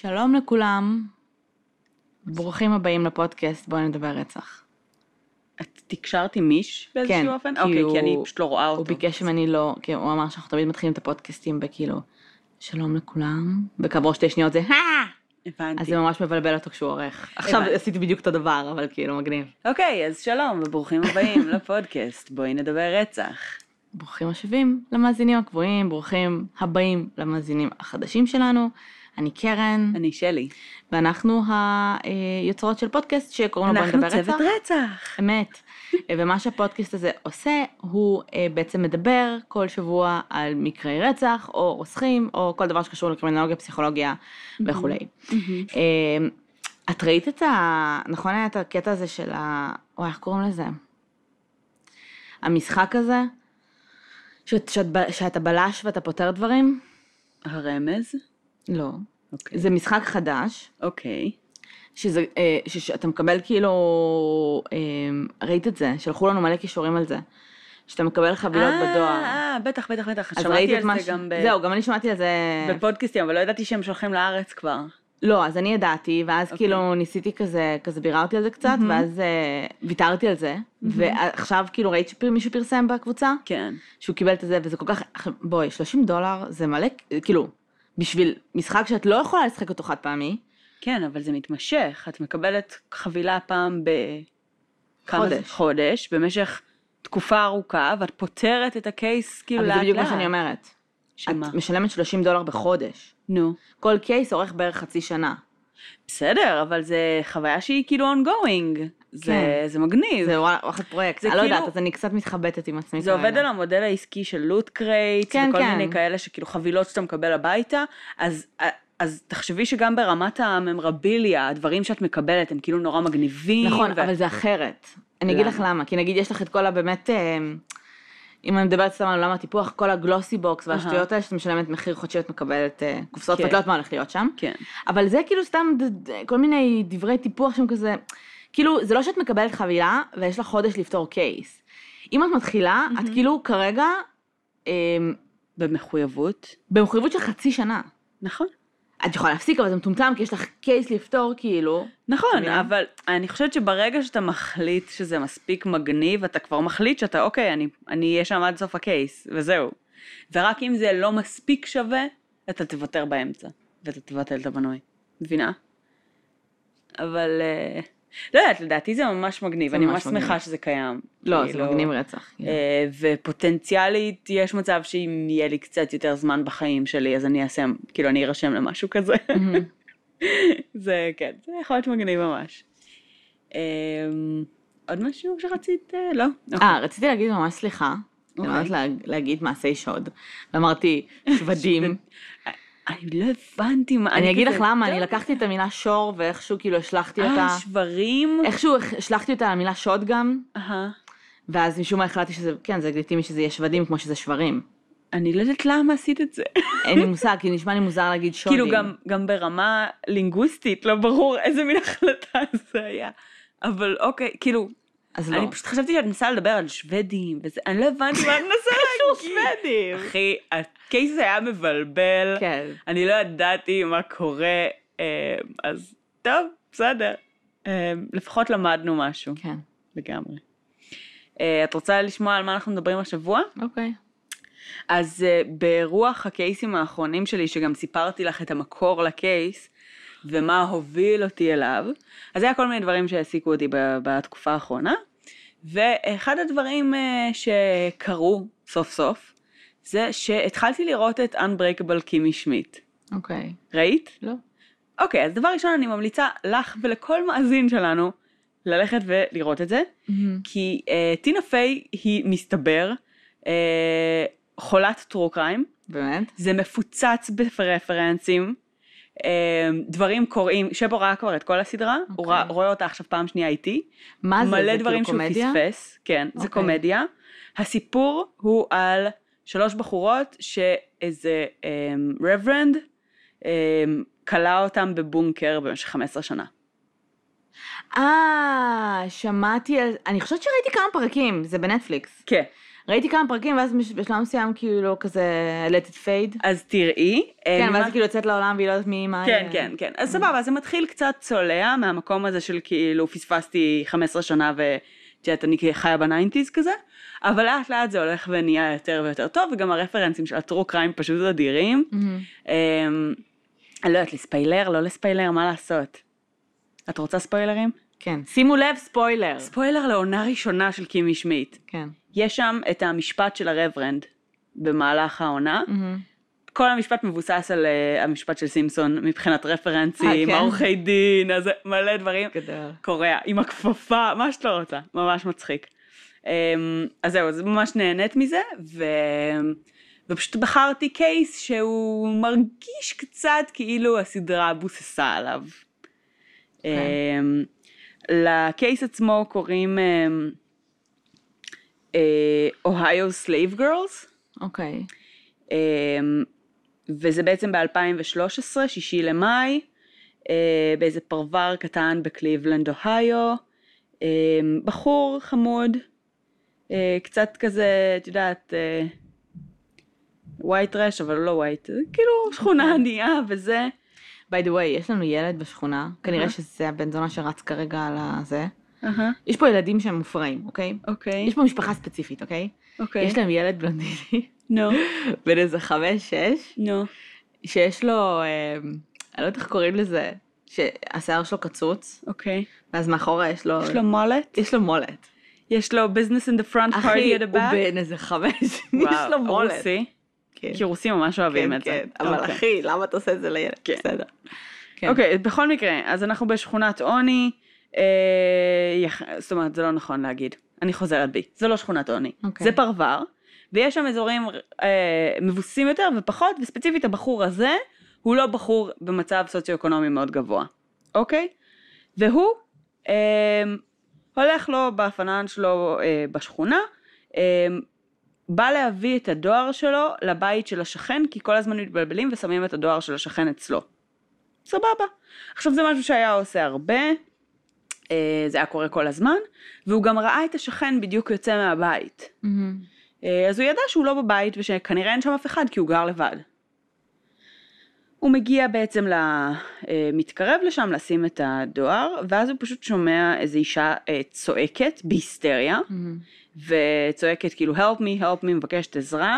שלום לכולם, ברוכים הבאים לפודקאסט, בואו נדבר רצח. את תקשרת עם מיש באיזשהו אופן? אוקיי, כי אני פשוט לא רואה אותו. הוא ביקש ממני לא, כי הוא אמר שאנחנו תמיד מתחילים את הפודקאסטים בכאילו, שלום לכולם, וכעבור 2 שניות זה, הבנתי. אז זה ממש מבלבל אותו כשהוא עורך. עכשיו עשיתי בדיוק את הדבר, אבל כאילו מגניב. אוקיי, אז שלום וברוכים הבאים לפודקאסט, בואי נדבר רצח. ברוכים השבים למאזינים הקבועים, ברוכים הבאים למאזינים החדשים שלנו. אני קרן. אני שלי. ואנחנו היוצרות של פודקאסט שקוראים לו בוא נדבר רצח. אנחנו צוות רצח. אמת. ומה שהפודקאסט הזה עושה, הוא בעצם מדבר כל שבוע על מקרי רצח, או רוצחים, או כל דבר שקשור לקרימינולוגיה, פסיכולוגיה וכולי. את ראית נכון היה את הקטע הזה של איך קוראים לזה? המשחק הזה, שאתה בלש ואתה פותר דברים? הרמז? לא. אוקיי. זה משחק חדש. אוקיי. שאתה מקבל כאילו, ראית את זה, שלחו לנו מלא קישורים על זה, שאתה מקבל חבילות בדואר. בטח. אז שמעתי על זה גם זהו, גם אני שמעתי על זה. בפודקאסטים, אבל לא ידעתי שהם שולחים לארץ כבר. לא, אז אני ידעתי, ואז כאילו ניסיתי כזה בירה אותי על זה קצת, ואז ויתרתי על זה, ועכשיו כאילו ראית שמישהו פרסם בקבוצה? כן. שהוא קיבל את זה, וזה כל כך, בואי, $30 זה מלא, כאילו, בשביל משחק שאת לא יכולה לשחק אותו חד פעמי, כן, אבל זה מתמשך. את מקבלת חבילה פעם חודש, במשך תקופה ארוכה, ואת פותרת את הקייס כאילו לאט לאט. אבל זה בדיוק מה שאני אומרת. שמה? את משלמת $30 בחודש. נו. כל קייס אורך בערך חצי שנה. בסדר, אבל זה חוויה שהיא כאילו ongoing. זה מגניב. זה וואחד פרויקט. אני לא יודעת, אז אני קצת מתחבטת עם עצמי. זה עובד על המודל העסקי של לוט קרייט, וכל מיני כאלה שכאילו חבילות שאתה מקבל הביתה, אז תחשבי שגם ברמת הממרביליה, הדברים שאת מקבלת הם כאילו נורא מגניבים. נכון, אבל זה אחרת. אני אגיד לך למה, כי נגיד יש לך את כל באמת, אם אני מדברת סתם על עולם הטיפוח, כל הגלוסי בוקס והשטויות האלה, שאת משלמת מחיר חודשי, את מקבלת קופסאות, ואת לא יודעת מה הולך להיות שם. כן. אבל זה כאילו סתם כל מיני דברי טיפוח שם כזה, כאילו זה לא שאת מקבלת חבילה, ויש לך חודש לפתור קייס. אם את מתחילה, את כאילו כרגע, במחויבות של חצי שנה. נכון. את יכולה להפסיק, אבל זה מטומטם, כי יש לך קייס לפתור, כאילו. נכון, אבל אני חושבת שברגע שאתה מחליט שזה מספיק מגניב, אתה כבר מחליט שאתה, אוקיי, אני אהיה שם עד סוף הקייס, וזהו. ורק אם זה לא מספיק שווה, אתה תוותר באמצע, ואתה תבטל את המנוי. מבינה? אבל, לא יודעת, לדעתי זה ממש מגניב, אני ממש שמחה שזה קיים. לא, זה מגניב רצח. ופוטנציאלית יש מצב שאם יהיה לי קצת יותר זמן בחיים שלי, אז אני אעשה, כאילו אני ארשם למשהו כזה. זה כן, זה יכול להיות מגניב ממש. עוד משהו שרצית? לא? רציתי להגיד ממש סליחה. אני אומרת להגיד מעשי שוד. ואמרתי שבדים. אני לא הבנתי מה... אני אגיד לך למה, אני לקחתי את המילה שור, ואיכשהו כאילו השלחתי אותה... שברים? איכשהו השלחתי אותה למילה שוד גם, ואז משום מה החלטתי שזה, כן, זה לגיטימי שזה יהיה שבדים כמו שזה שברים. אני לא יודעת למה עשית את זה. אין לי מושג, כי נשמע לי מוזר להגיד שודים. כאילו גם ברמה לינגוויסטית, לא ברור איזה מין החלטה זה היה. אבל אוקיי, כאילו... אני פשוט חשבתי שאת מנסה לדבר על שוודים, וזה, אני לא הבנתי מה את מנסה להגיד. שוודים. אחי, הקייס היה מבלבל, אני לא ידעתי מה קורה, אז טוב, בסדר. לפחות למדנו משהו. כן. לגמרי. את רוצה לשמוע על מה אנחנו מדברים השבוע? אוקיי. אז ברוח הקייסים האחרונים שלי, שגם סיפרתי לך את המקור לקייס, ומה הוביל אותי אליו, אז היה כל מיני דברים שהעסיקו אותי בתקופה האחרונה, ואחד הדברים שקרו סוף סוף, זה שהתחלתי לראות את Unbreakable קימי שמיט. אוקיי. ראית? לא. אוקיי, אז דבר ראשון אני ממליצה לך ולכל מאזין שלנו, ללכת ולראות את זה, כי טינה פיי היא מסתבר, חולת טרו קריים. באמת? זה מפוצץ ברפרנסים, דברים קוראים, שבו ראה כבר את כל הסדרה, הוא רואה אותה עכשיו פעם שנייה איתי. מה זה? מלא דברים שהוא פספס, כן, זה קומדיה. הסיפור הוא על 3 בחורות שאיזה רברנד קלה אותם בבונקר במשך 15 שנה. שמעתי, אני חושבת שראיתי כמה פרקים, זה בנטפליקס. כן. ראיתי כמה פרקים, ואז בשלב מסוים כאילו כזה let it fade. אז תראי. כן, ואז כאילו יוצאת לעולם והיא לא יודעת מי מה. כן, כן, כן. אז סבבה, אז זה מתחיל קצת צולע מהמקום הזה של כאילו פספסתי 15 שנה ותשעת, אני חיה ב-90s כזה, אבל לאט לאט זה הולך ונהיה יותר ויותר טוב, וגם הרפרנסים של הטרו קריים פשוט אדירים. אני לא יודעת, לספיילר, לא לספיילר, מה לעשות? את רוצה ספוילרים? כן, שימו לב, ספוילר. ספוילר לעונה ראשונה של קימי שמיט. כן. יש שם את המשפט של הרברנד במהלך העונה. כל המשפט מבוסס על המשפט של סימפסון מבחינת רפרנסים, עורכי דין, אז מלא דברים. גדול. קורע, עם הכפפה, מה שאת לא רוצה, ממש מצחיק. אז זהו, אז ממש נהנית מזה, ופשוט בחרתי קייס שהוא מרגיש קצת כאילו הסדרה בוססה עליו. לקייס עצמו קוראים Ohio Slave Girls. אוקיי. וזה בעצם ב-2013, 6 למאי, באיזה פרוור קטן בקליבלנד, אוהיו. בחור חמוד, קצת כזה, את יודעת, ווייט טרש, אבל לא ווייט, כאילו שכונה ענייה וזה. by the way, יש לנו ילד בשכונה, כנראה שזה הבן זונה שרץ כרגע על הזה. יש פה ילדים שהם מופרעים, אוקיי? אוקיי. יש פה משפחה ספציפית, אוקיי? אוקיי. יש להם ילד בלונדיני. נו. בן איזה 5-6. נו. שיש לו, אני לא יודעת איך קוראים לזה, שהשיער שלו קצוץ. אוקיי. ואז מאחורה יש לו... יש לו מולט? יש לו מולט. יש לו business in the front, party at the back? אחי, הוא בן איזה 5. יש לו מולט. רוסי? כי רוסים ממש אוהבים את זה. כן, אבל אחי, למה אתה עושה את זה לילד? בסדר. אוקיי, בכל מקרה, אז אנחנו בשכונת עוני, זאת אומרת, זה לא נכון להגיד, אני חוזרת בי, זה לא שכונת עוני, זה פרוור, ויש שם אזורים מבוססים יותר ופחות, וספציפית הבחור הזה, הוא לא בחור במצב סוציו-אקונומי מאוד גבוה, אוקיי? והוא הולך לו באפנן שלו בשכונה, בא להביא את הדואר שלו לבית של השכן, כי כל הזמן מתבלבלים ושמים את הדואר של השכן אצלו. סבבה. עכשיו זה משהו שהיה עושה הרבה, זה היה קורה כל הזמן, והוא גם ראה את השכן בדיוק יוצא מהבית. אז הוא ידע שהוא לא בבית ושכנראה אין שם אף אחד כי הוא גר לבד. הוא מגיע בעצם מתקרב לשם לשים את הדואר, ואז הוא פשוט שומע איזו אישה צועקת בהיסטריה, וצועקת כאילו help me, מבקשת עזרה,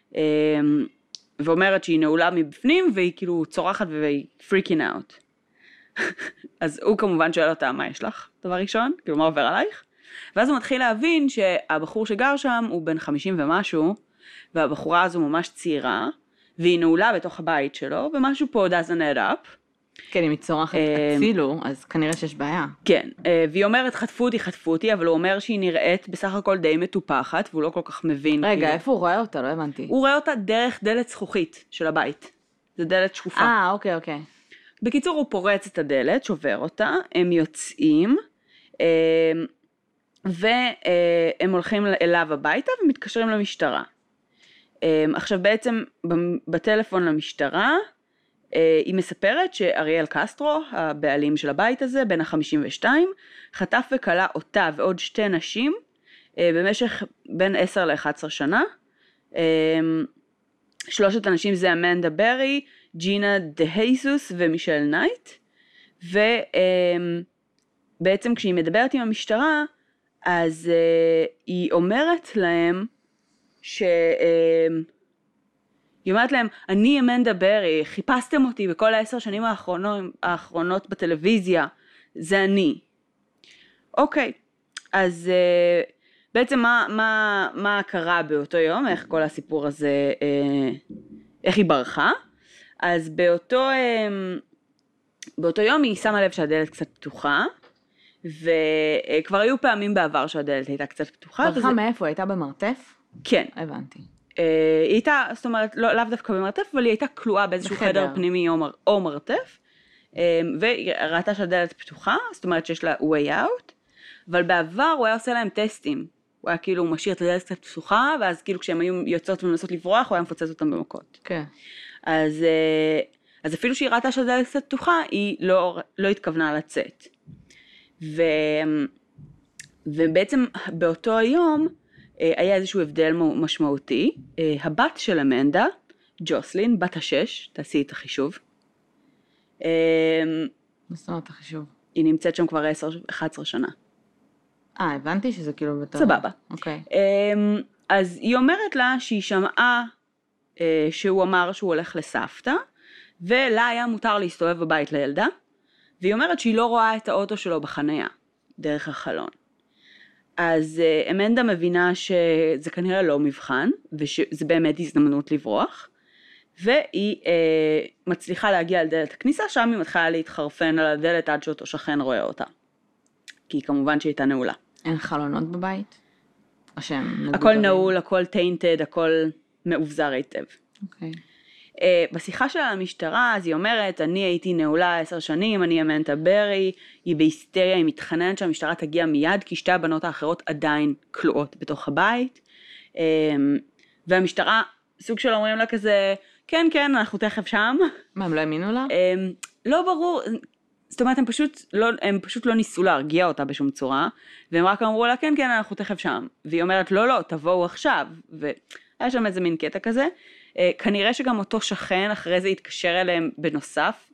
ואומרת שהיא נעולה מבפנים, והיא כאילו צורחת והיא freaking out. אז הוא כמובן שואל אותה, מה יש לך? דבר ראשון, כאילו מה עובר עלייך? ואז הוא מתחיל להבין שהבחור שגר שם הוא בן 50 ומשהו, והבחורה הזו ממש צעירה, והיא נעולה בתוך הבית שלו, ומשהו פה doesn't add up. כן, אם היא צורחת הצילו, אז כנראה שיש בעיה. כן, והיא אומרת חטפו אותי, אבל הוא אומר שהיא נראית בסך הכל די מטופחת, והוא לא כל כך מבין. רגע, איפה הוא רואה אותה? לא הבנתי. הוא רואה אותה דרך דלת זכוכית של הבית. זה דלת שקופה. אוקיי. בקיצור, הוא פורץ את הדלת, שובר אותה, הם יוצאים, והם הולכים אליו הביתה ומתקשרים למשטרה. עכשיו בעצם בטלפון למשטרה, היא מספרת שאריאל קסטרו, הבעלים של הבית הזה, בן ה-52, חטף וקלה אותה ועוד 2 נשים, במשך בין 10 ל-11 שנה. 3 אנשים זה אמנדה ברי, ג'ינה דהייסוס ומישל נייט, ובעצם כשהיא מדברת עם המשטרה, אז היא אומרת להם, היא אומרת להם, אני אמנדה ברי, חיפשתם אותי בכל 10 שנים האחרונות בטלוויזיה, זה אני. אוקיי, אז בעצם מה קרה באותו יום, איך כל הסיפור הזה, איך היא ברחה? אז באותו יום היא שמה לב שהדלת קצת פתוחה, וכבר היו פעמים בעבר שהדלת הייתה קצת פתוחה. ברחה מאיפה? הייתה במרתף? כן. הבנתי. היא הייתה, זאת אומרת, לאו דווקא במרתף, אבל היא הייתה כלואה באיזשהו חדר פנימי או מרתף, והיא ראתה שהדלת פתוחה, זאת אומרת שיש לה way out, אבל בעבר הוא היה עושה להם טסטים, הוא היה כאילו משאיר את הדלת קצת פתוחה, ואז כאילו כשהם היו יוצאות ומנסות לברוח, הוא היה מפוצץ אותם במכות. כן. אז אפילו שהיא ראתה שהדלת קצת פתוחה, היא לא התכוונה לצאת. ובעצם באותו היום, היה איזשהו הבדל משמעותי. הבת של אמנדה, ג'וסלין, בת 6, תעשי את החישוב. זאת אומרת החישוב. היא נמצאת שם כבר 11 שנה. הבנתי שזה כאילו בתור... סבבה. אוקיי. אז היא אומרת לה שהיא שמעה שהוא אמר שהוא הולך לסבתא, ולה היה מותר להסתובב בבית לילדה, והיא אומרת שהיא לא רואה את האוטו שלו בחנייה, דרך החלון. אז אמנדה מבינה שזה כנראה לא מבחן, ושזה באמת הזדמנות לברוח, והיא מצליחה להגיע לדלת הכניסה, שם היא מתחילה להתחרפן על הדלת עד שאותו שכן רואה אותה. כי כמובן שהיא הייתה נעולה. אין חלונות בבית? הכל נעול, הכל טיינטד, הכל מאובזר היטב. אוקיי. בשיחה שלה למשטרה, אז היא אומרת, אני הייתי נעולה 10 שנים, אני אמנדה ברי, היא בהיסטריה, היא מתחננת שהמשטרה תגיע מיד, כי שתי הבנות האחרות עדיין כלואות בתוך הבית, והמשטרה, סוג של אומרים לה כזה, כן, כן, אנחנו תכף שם. מה, הם לא האמינו לה? לא ברור, זאת אומרת, הם פשוט לא ניסו להרגיע אותה בשום צורה, והם רק אמרו לה, כן, כן, אנחנו תכף שם. והיא אומרת, לא, לא, תבואו עכשיו. והיה שם איזה מין קטע כזה. כנראה שגם אותו שכן אחרי זה התקשר אליהם בנוסף,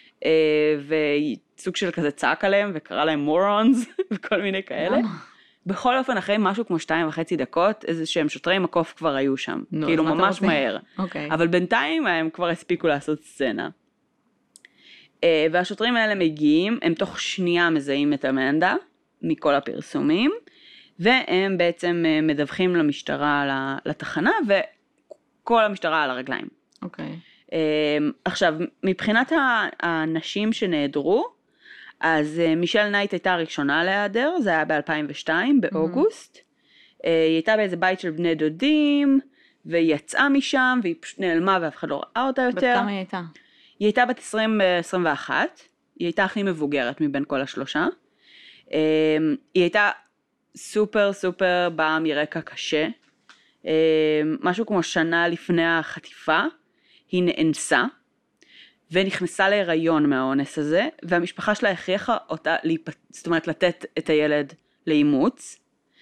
וסוג של כזה צעק עליהם וקרא להם מורונס וכל מיני כאלה. בכל אופן, אחרי משהו כמו 2.5 דקות, איזה שהם שוטרי מקוף כבר היו שם. כאילו ממש מהר. אבל בינתיים הם כבר הספיקו לעשות סצנה. והשוטרים האלה מגיעים, הם תוך שנייה מזהים את אמנדה, מכל הפרסומים, והם בעצם מדווחים למשטרה לתחנה, וכל המשטרה על הרגליים. אוקיי. עכשיו, מבחינת האנשים שנעדרו, אז מישל נייט הייתה הראשונה להיעדר, זה היה ב-2002, באוגוסט. היא הייתה באיזה בית של בני דודים, והיא יצאה משם, והיא פשוט נעלמה, ואף אחד לא ראה אותה יותר. בת כמה היא הייתה? היא הייתה בת 20-21, היא הייתה הכי מבוגרת מבין כל השלושה. היא הייתה סופר באה מרקע קשה. משהו כמו שנה לפני החטיפה, היא נאנסה, ונכנסה להיריון מהאונס הזה, והמשפחה שלה הכריחה אותה, זאת אומרת, לתת את הילד לאימוץ,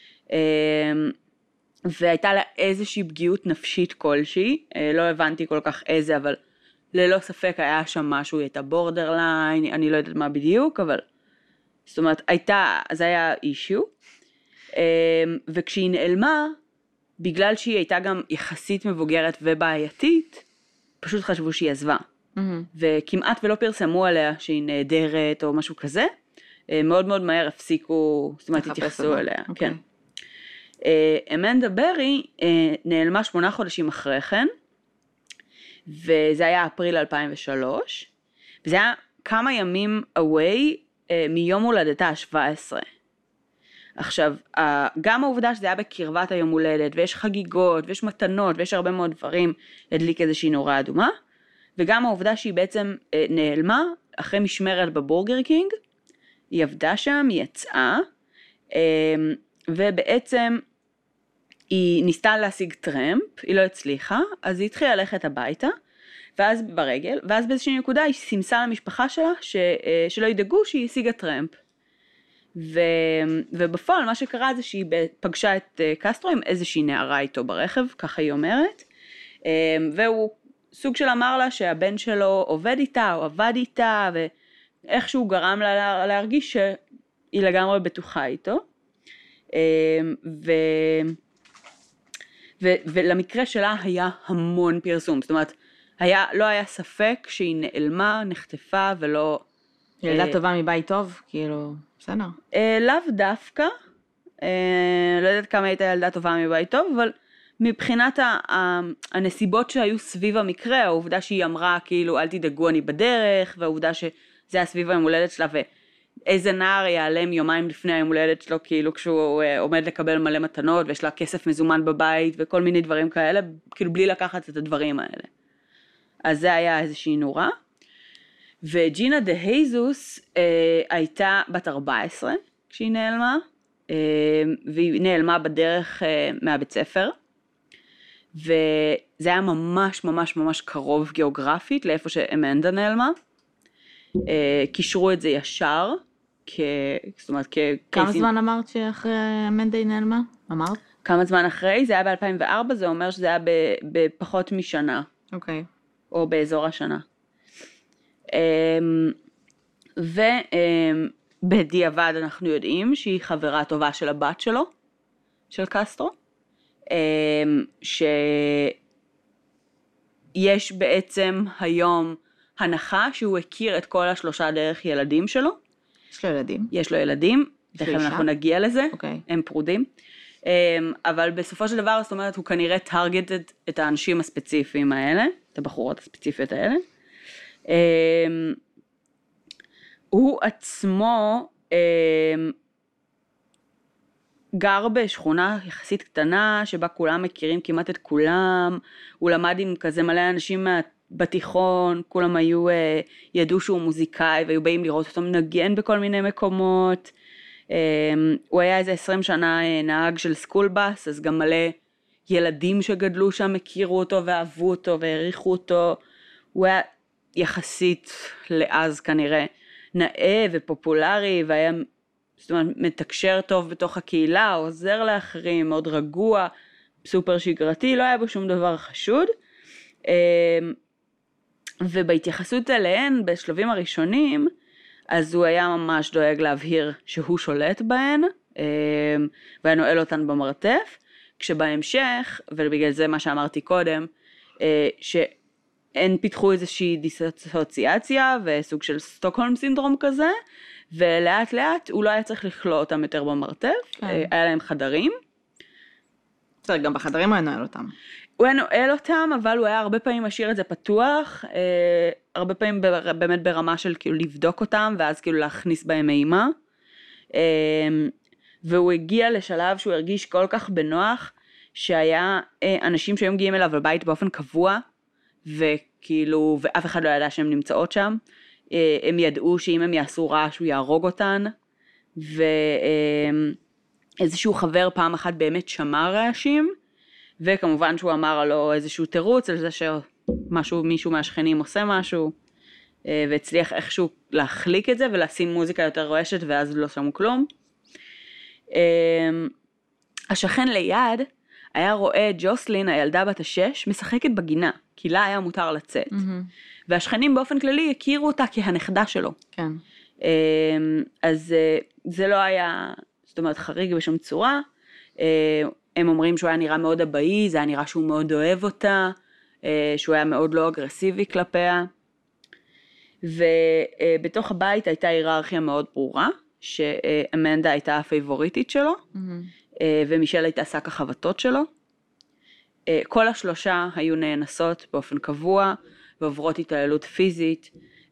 והייתה לה איזושהי פגיעות נפשית כלשהי, לא הבנתי כל כך איזה, אבל ללא ספק היה שם משהו, היא הייתה בורדרליין, אני לא יודעת מה בדיוק, אבל זאת אומרת, זה היה אישיו, וכשהיא נעלמה, בגלל שהיא הייתה גם יחסית מבוגרת ובעייתית, פשוט חשבו שהיא עזבה. וכמעט ולא פרסמו עליה שהיא נהדרת או משהו כזה, מאוד מאוד מהר הפסיקו, זאת אומרת, התייחסו אליה. כן. אמנדה ברי נעלמה 8 חודשים אחרי כן, וזה היה אפריל 2003, וזה היה כמה ימים away מיום הולדתה ה-17. עכשיו, גם העובדה שזה היה בקרבת היום הולדת, ויש חגיגות, ויש מתנות, ויש הרבה מאוד דברים, הדליק איזושהי נורה אדומה, וגם העובדה שהיא בעצם נעלמה אחרי משמרת בבורגר קינג, היא עבדה שם, היא יצאה, ובעצם היא ניסתה להשיג טרמפ, היא לא הצליחה, אז היא התחילה ללכת הביתה, ואז ברגל, ואז באיזושהי נקודה היא סימסה למשפחה שלה, שלא ידאגו שהיא השיגה טרמפ. ובפועל מה שקרה זה שהיא פגשה את קסטרו עם איזושהי נערה איתו ברכב, ככה היא אומרת, והוא סוג של אמר לה שהבן שלו עובד איתה או עבד איתה, ואיכשהו גרם לה להרגיש שהיא לגמרי בטוחה איתו. ולמקרה שלה היה המון פרסום, זאת אומרת, לא היה ספק שהיא נעלמה, נחטפה ולא... ילדה טובה מבית טוב, כאילו, בסדר. לאו דווקא, לא יודעת כמה הייתה ילדה טובה מבית טוב, אבל מבחינת הנסיבות שהיו סביב המקרה, העובדה שהיא אמרה כאילו אל תדאגו אני בדרך, והעובדה שזה היה סביב היום הולדת שלה, ואיזה נער ייעלם יומיים לפני היום הולדת שלו, כאילו כשהוא עומד לקבל מלא מתנות, ויש לה כסף מזומן בבית, וכל מיני דברים כאלה, כאילו בלי לקחת את הדברים האלה. אז זה היה איזושהי נורה. וג'ינה דה הייזוס הייתה בת 14 כשהיא נעלמה, והיא נעלמה בדרך מהבית ספר, וזה היה ממש ממש ממש קרוב גיאוגרפית לאיפה שאמנדה נעלמה, קישרו את זה ישר, זאת אומרת כמה זמן אמרת שאחרי אמנדה היא נעלמה? אמרת? כמה זמן אחרי, זה היה ב-2004, זה אומר שזה היה בפחות משנה. אוקיי. או באזור השנה. ובדיעבד אנחנו יודעים שהיא חברה טובה של הבת שלו, של קסטרו, שיש בעצם היום הנחה שהוא הכיר את כל 3 דרך ילדים שלו. יש לו ילדים? יש לו ילדים, תכף אנחנו נגיע לזה, הם פרודים. אבל בסופו של דבר, זאת אומרת, הוא כנראה טרגטד את האנשים הספציפיים האלה, את הבחורות הספציפיות האלה. הוא עצמו גר בשכונה יחסית קטנה, שבה כולם מכירים כמעט את כולם, הוא למד עם כזה מלא אנשים בתיכון, כולם ידעו שהוא מוזיקאי, והיו באים לראות אותו מנגן בכל מיני מקומות. הוא היה איזה 20 שנה נהג של סקול בס, אז גם מלא ילדים שגדלו שם הכירו אותו ואהבו אותו והעריכו אותו. הוא היה יחסית לאז כנראה נאה ופופולרי, והיה, זאת אומרת, מתקשר טוב בתוך הקהילה, עוזר לאחרים, מאוד רגוע, סופר שגרתי, לא היה בו שום דבר חשוד. ובהתייחסות אליהן, בשלבים הראשונים, אז הוא היה ממש דואג להבהיר שהוא שולט בהן, והיה נועל אותן במרתף, כשבהמשך, ובגלל זה מה שאמרתי קודם, שהן פיתחו איזושהי דיסוציאציה, וסוג של סטוקהולם סינדרום כזה, ולאט לאט הוא לא היה צריך לכלוא אותם יותר במרתף, היה להם חדרים. בסדר, גם בחדרים הוא היה נועל אותם. הוא היה נועל אותם, אבל הוא היה הרבה פעמים משאיר את זה פתוח, הרבה פעמים באמת ברמה של כאילו לבדוק אותם, ואז כאילו להכניס בהם אימה. והוא הגיע לשלב שהוא הרגיש כל כך בנוח, שהיה אנשים שהיו מגיעים אליו לבית באופן קבוע, וכאילו, ואף אחד לא ידע שהן נמצאות שם. הם ידעו שאם הם יעשו רעש, הוא יהרוג אותן, ואיזשהו חבר פעם אחת באמת שמע רעשים, וכמובן שהוא אמר לו איזשהו תירוץ על זה מישהו מהשכנים עושה משהו, והצליח איכשהו להחליק את זה ולשים מוזיקה יותר רועשת, ואז לא שמו כלום. השכן ליד היה רואה ג'וסלין, הילדה בת 6, משחקת בגינה, כי לה היה מותר לצאת. והשכנים באופן כללי הכירו אותה כהנכדה שלו. כן. אז זה לא היה, זאת אומרת, חריג בשום צורה. הם אומרים שהוא היה נראה מאוד אבאי, זה היה נראה שהוא מאוד אוהב אותה, שהוא היה מאוד לא אגרסיבי כלפיה. ובתוך הבית הייתה היררכיה מאוד ברורה, שאמנדה הייתה הפייבוריטית שלו, ומישל הייתה שק החבטות שלו. כל השלושה היו נאנסות באופן קבוע, ועוברות התעללות פיזית,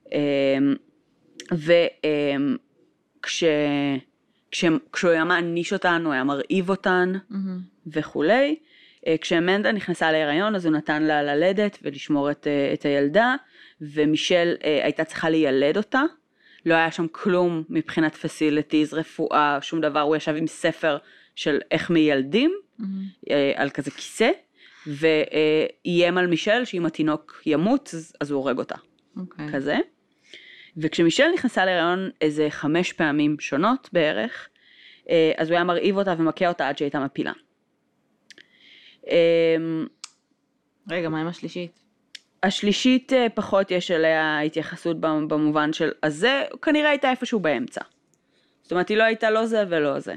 כשהוא היה מעניש אותן, הוא היה מרעיב אותן, וכולי. כשאמנדה נכנסה להיריון, אז הוא נתן לה ללדת ולשמור את הילדה, ומישל הייתה צריכה לילד אותה, לא היה שם כלום מבחינת פסיליטיז, רפואה, שום דבר, הוא ישב עם ספר של איך מילדים, על כזה כיסא, ואיים על מישל שאם התינוק ימות, אז הוא הורג אותה, כזה. וכשמישל נכנסה להיריון איזה 5 פעמים שונות בערך, אז הוא היה מרעיב אותה ומכה אותה עד שהייתה מפילה. רגע, מה עם השלישית? השלישית פחות יש עליה התייחסות במובן של, אז זה כנראה הייתה איפשהו באמצע. זאת אומרת, היא לא הייתה לא זה ולא זה.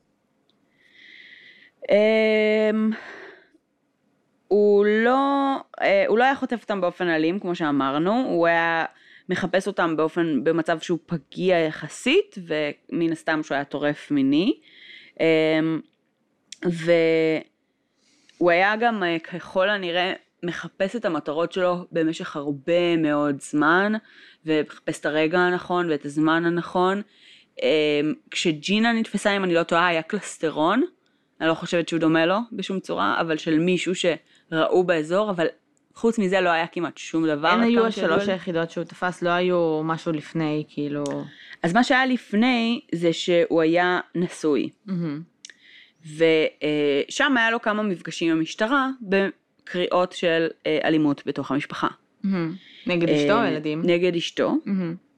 הוא לא היה חוטף אותם באופן אלים, כמו שאמרנו, הוא היה מחפש אותם במצב שהוא פגיע יחסית, ומן הסתם שהוא היה טורף מיני. והוא היה גם ככל הנראה מחפש את המטרות שלו במשך הרבה מאוד זמן, ומחפש את הרגע הנכון ואת הזמן הנכון. כשג'ינה נתפסה, אם אני לא טועה, היה קלסטרון, אני לא חושבת שהוא דומה לו בשום צורה, אבל של מישהו שראו באזור, אבל חוץ מזה לא היה כמעט שום דבר. אין היו 3 היחידות שהוא תפס, לא היו משהו לפני, כאילו. אז מה שהיה לפני זה שהוא היה נשוי. ושם היה לו כמה מפגשים עם המשטרה, בקריאות של אלימות בתוך המשפחה. נגד אשתו או ילדים? נגד אשתו.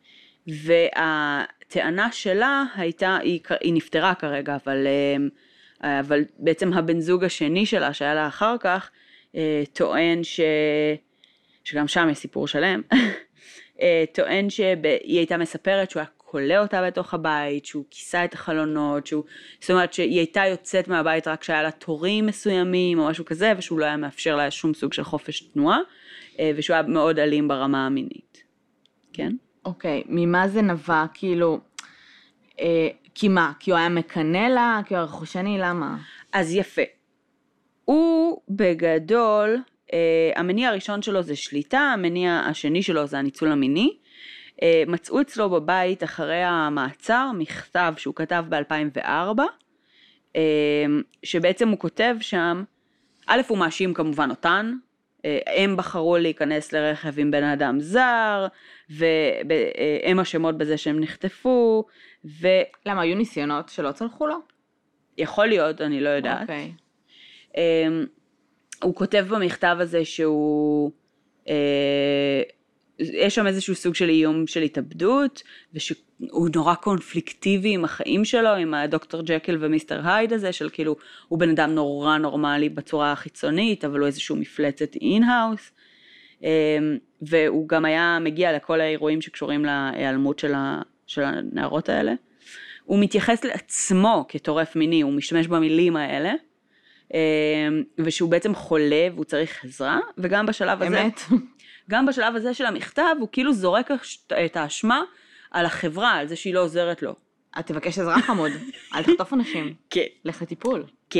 והטענה שלה הייתה, היא נפטרה כרגע, אבל אבל בעצם הבן זוג השני שלה, שהיה לה אחר כך, טוען שגם שם יש סיפור שלם, טוען שהיא הייתה מספרת שהוא היה קולה אותה בתוך הבית, שהוא כיסה את החלונות, זאת אומרת שהיא הייתה יוצאת מהבית רק כשהיה לה תורים מסוימים או משהו כזה, ושהוא לא היה מאפשר לה שום סוג של חופש תנועה, ושהוא היה מאוד אלים ברמה המינית. כן? אוקיי, ממה זה נבע? כאילו, כי מה? כי הוא היה מקנה לה? כי הוא היה רכושני? למה? אז יפה. הוא בגדול, המניע הראשון שלו זה שליטה, המניע השני שלו זה הניצול המיני. מצאו אצלו בבית אחרי המעצר מכתב שהוא כתב ב-2004, שבעצם הוא כותב שם, א' הוא מאשים כמובן אותן, הם בחרו להיכנס לרכב עם בן אדם זר, והם אשמות בזה שהם נחטפו, למה, היו ניסיונות שלא צלחו לו? יכול להיות, אני לא יודעת. אוקיי. הוא כותב במכתב הזה שהוא, יש שם איזשהו סוג של איום של התאבדות, ושהוא נורא קונפליקטיבי עם החיים שלו, עם הדוקטור ג'קיל ומיסטר הייד הזה, של כאילו, הוא בן אדם נורא נורמלי בצורה החיצונית, אבל הוא איזשהו מפלצת אין-האוס, והוא גם היה מגיע לכל האירועים שקשורים להיעלמות של הנערות האלה. הוא מתייחס לעצמו כטורף מיני, הוא משתמש במילים האלה, ושהוא בעצם חולה והוא צריך עזרה, וגם בשלב הזה, גם בשלב הזה של המכתב, הוא כאילו זורק את האשמה על החברה, על זה שהיא לא עוזרת לו. את תבקש עזרה חמוד, אל תחטוף אנשים. כן. לך לטיפול. כן.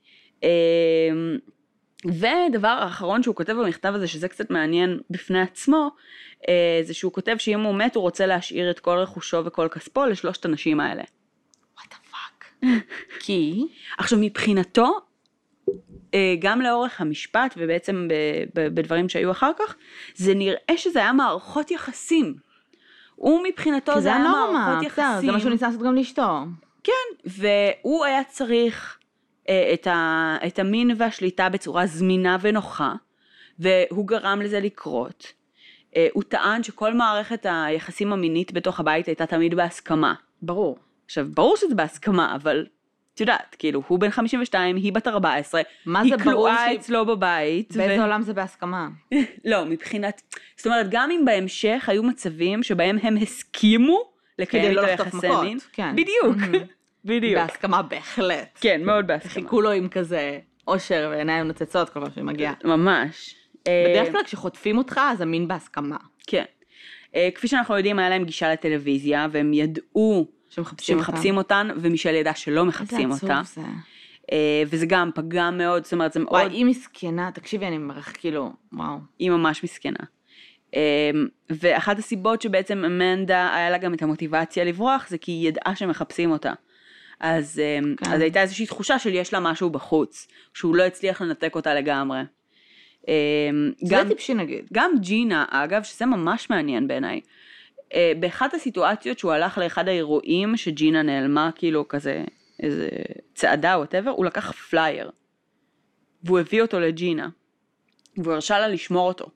ודבר האחרון שהוא כותב במכתב הזה, שזה קצת מעניין בפני עצמו, זה שהוא כותב שאם הוא מת, הוא רוצה להשאיר את כל רכושו וכל כספו לשלושת הנשים האלה. What the fuck? כי? עכשיו מבחינתו, גם לאורך המשפט ובעצם בדברים שהיו אחר כך, זה נראה שזה היה מערכות יחסים. הוא מבחינתו זה היה מערכות יחסים. זה מה שהוא ניסה לעשות גם לאשתו. כן, והוא היה צריך את המין והשליטה בצורה זמינה ונוחה, והוא גרם לזה לקרות. הוא טען שכל מערכת היחסים המינית בתוך הבית הייתה תמיד בהסכמה. ברור. עכשיו, ברור שזה בהסכמה, אבל את יודעת, כאילו, הוא בן 52, היא בת 14, היא כלואה אצלו בבית. באיזה עולם זה בהסכמה? לא, מבחינת, זאת אומרת, גם אם בהמשך היו מצבים שבהם הם הסכימו לקיים איתו יחסי מין. בדיוק, בדיוק. בהסכמה בהחלט. כן, מאוד בהסכמה. חיכו לו עם כזה אושר ועיניים נוצצות כל פעם שהוא מגיע. ממש. בדרך כלל כשחוטפים אותך, אז המין בהסכמה. כן. כפי שאנחנו יודעים, היה להם גישה לטלוויזיה, והם ידעו שמחפשים אותן, ומישל ידע שלא מחפשים אותה. איזה עצוב זה. וזה גם פגע מאוד, זאת אומרת, זה מאוד... וואי, היא מסכנה, תקשיבי, אני מרח כאילו, וואו. היא ממש מסכנה. ואחת הסיבות שבעצם אמנדה היה לה גם את המוטיבציה לברוח, זה כי היא ידעה שמחפשים אותה. אז הייתה איזושהי תחושה של יש לה משהו בחוץ, שהוא לא הצליח לנתק אותה לגמרי. זה טיפשי נגיד. גם ג'ינה, אגב, שזה ממש מעניין בעיניי, באחת הסיטואציות שהוא הלך לאחד האירועים שג'ינה נעלמה, כאילו כזה, איזה צעדה או whatever, הוא לקח פלייר, והוא הביא אותו לג'ינה, והוא הרשה לה לשמור אותו,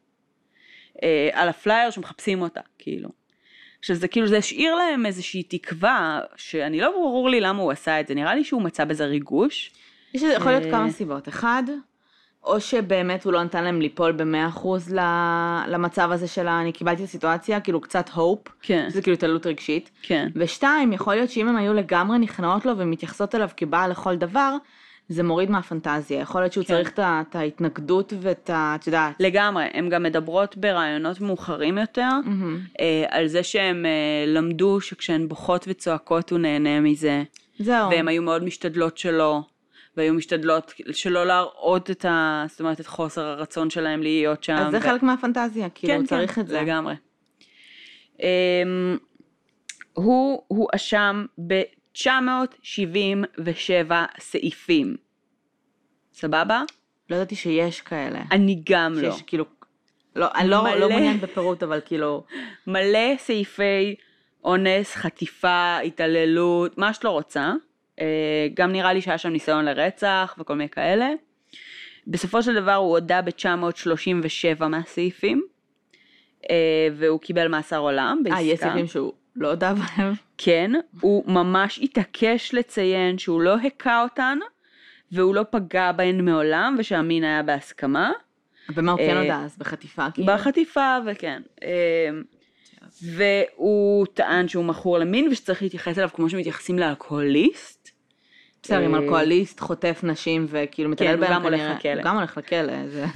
על הפלייר שמחפשים אותה, כאילו. עכשיו זה כאילו, זה השאיר להם איזושהי תקווה, שאני לא ברור לי למה הוא עשה את זה, נראה לי שהוא מצא בזה ריגוש. יש יכול להיות כמה סיבות. אחד, או שבאמת הוא לא נתן להם ליפול ב100% למצב הזה שלה, אני קיבלתי את הסיטואציה, כאילו קצת הופ, כן. זה כאילו תלות רגשית. כן. ושתיים, יכול להיות שאם הם היו לגמרי נכנעות לו ומתייחסות אליו כבעל לכל דבר, זה מוריד מהפנטזיה. יכול להיות שהוא כן. צריך את ההתנגדות ואת את יודעת. לגמרי, הם גם מדברות ברעיונות מאוחרים יותר, על זה שהם למדו שכשהן בוכות וצועקות הוא נהנה מזה. זהו. והם היו מאוד משתדלות שלו. והיו משתדלות שלא להראות זאת אומרת, את חוסר הרצון שלהם להיות שם. אז זה חלק מהפנטזיה, כאילו, הוא צריך את זה. כן, לגמרי. הוא אשם ב-977 סעיפים. סבבה? לא ידעתי שיש כאלה. אני גם לא. שיש כאילו, אני לא מעוניין בפירוט, אבל כאילו... מלא סעיפי אונס, חטיפה, התעללות, מה שאת לא רוצה. גם נראה לי שהיה שם ניסיון לרצח וכל מיני כאלה. בסופו של דבר הוא הודה ב-937 מהסעיפים, והוא קיבל מאסר עולם בעסקה. יש סעיפים שהוא לא הודה בהם? כן, הוא ממש התעקש לציין שהוא לא הקע אותן, והוא לא פגע בהן מעולם, ושהמין היה בהסכמה. במה הוא כן הודע אז? בחטיפה כאילו? בחטיפה, וכן. והוא טען שהוא מכור למין, ושצריך להתייחס אליו כמו שמתייחסים לאלכוהוליסט. בסדר, אם אלכוהוליסט חוטף נשים וכאילו מתעלל בהם, הוא גם הולך לכלא.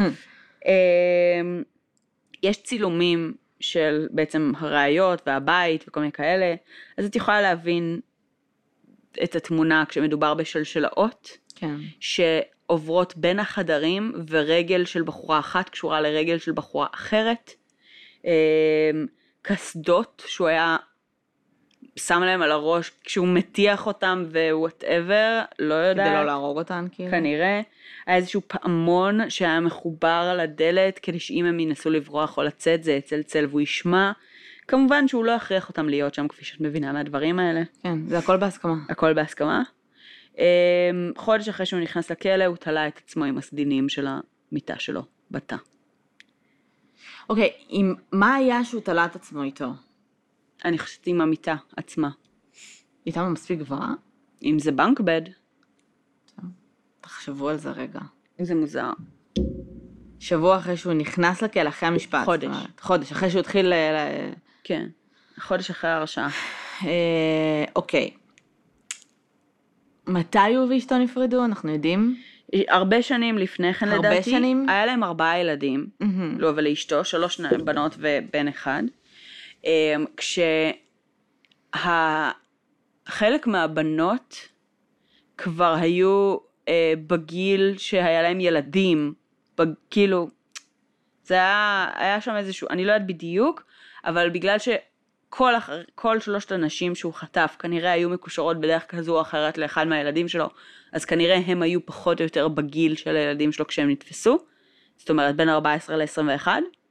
יש צילומים של בעצם הראיות והבית וכל מיני כאלה, אז את יכולה להבין את התמונה כשמדובר בשלשלאות, כן. שעוברות בין החדרים, ורגל של בחורה אחת קשורה לרגל של בחורה אחרת, כסדות שהוא היה שם להם על הראש כשהוא מטיח אותם ווואטאבר, לא יודעת. כדי לא להרוג אותן כאילו. כנראה. היה איזשהו פעמון שהיה מחובר לדלת כדי שאם הם ינסו לברוח או לצאת זה יצלצל והוא ישמע. כמובן שהוא לא יכריח אותם להיות שם כפי שאת מבינה מהדברים האלה. כן, זה הכל בהסכמה. הכל בהסכמה. חודש אחרי שהוא נכנס לכלא הוא תלה את עצמו עם הסדינים של המיטה שלו בתא. אוקיי, מה היה שהוא תלה את עצמו איתו? אני חושבת עם המיטה עצמה. איתה מספיק גבוהה? אם זה בנק בד. תחשבו על זה רגע. זה מוזר. שבוע אחרי שהוא נכנס לכלא, אחרי המשפט. חודש, אחרי שהוא התחיל כן, חודש אחרי הרשעה. אוקיי. מתי הוא ואשתו נפרדו? אנחנו יודעים? הרבה שנים לפני כן לדעתי. הרבה שנים? היה להם 4 ילדים. לא, אבל לאשתו, 3 בנות ובן אחד. כשחלק מהבנות כבר היו בגיל שהיה להם ילדים, כאילו, זה היה שם איזשהו, אני לא יודעת בדיוק, אבל בגלל שכל 3 הנשים שהוא חטף כנראה היו מקושרות בדרך כזו או אחרת לאחד מהילדים שלו, אז כנראה הם היו פחות או יותר בגיל של הילדים שלו כשהם נתפסו, זאת אומרת בין 14 ל-21,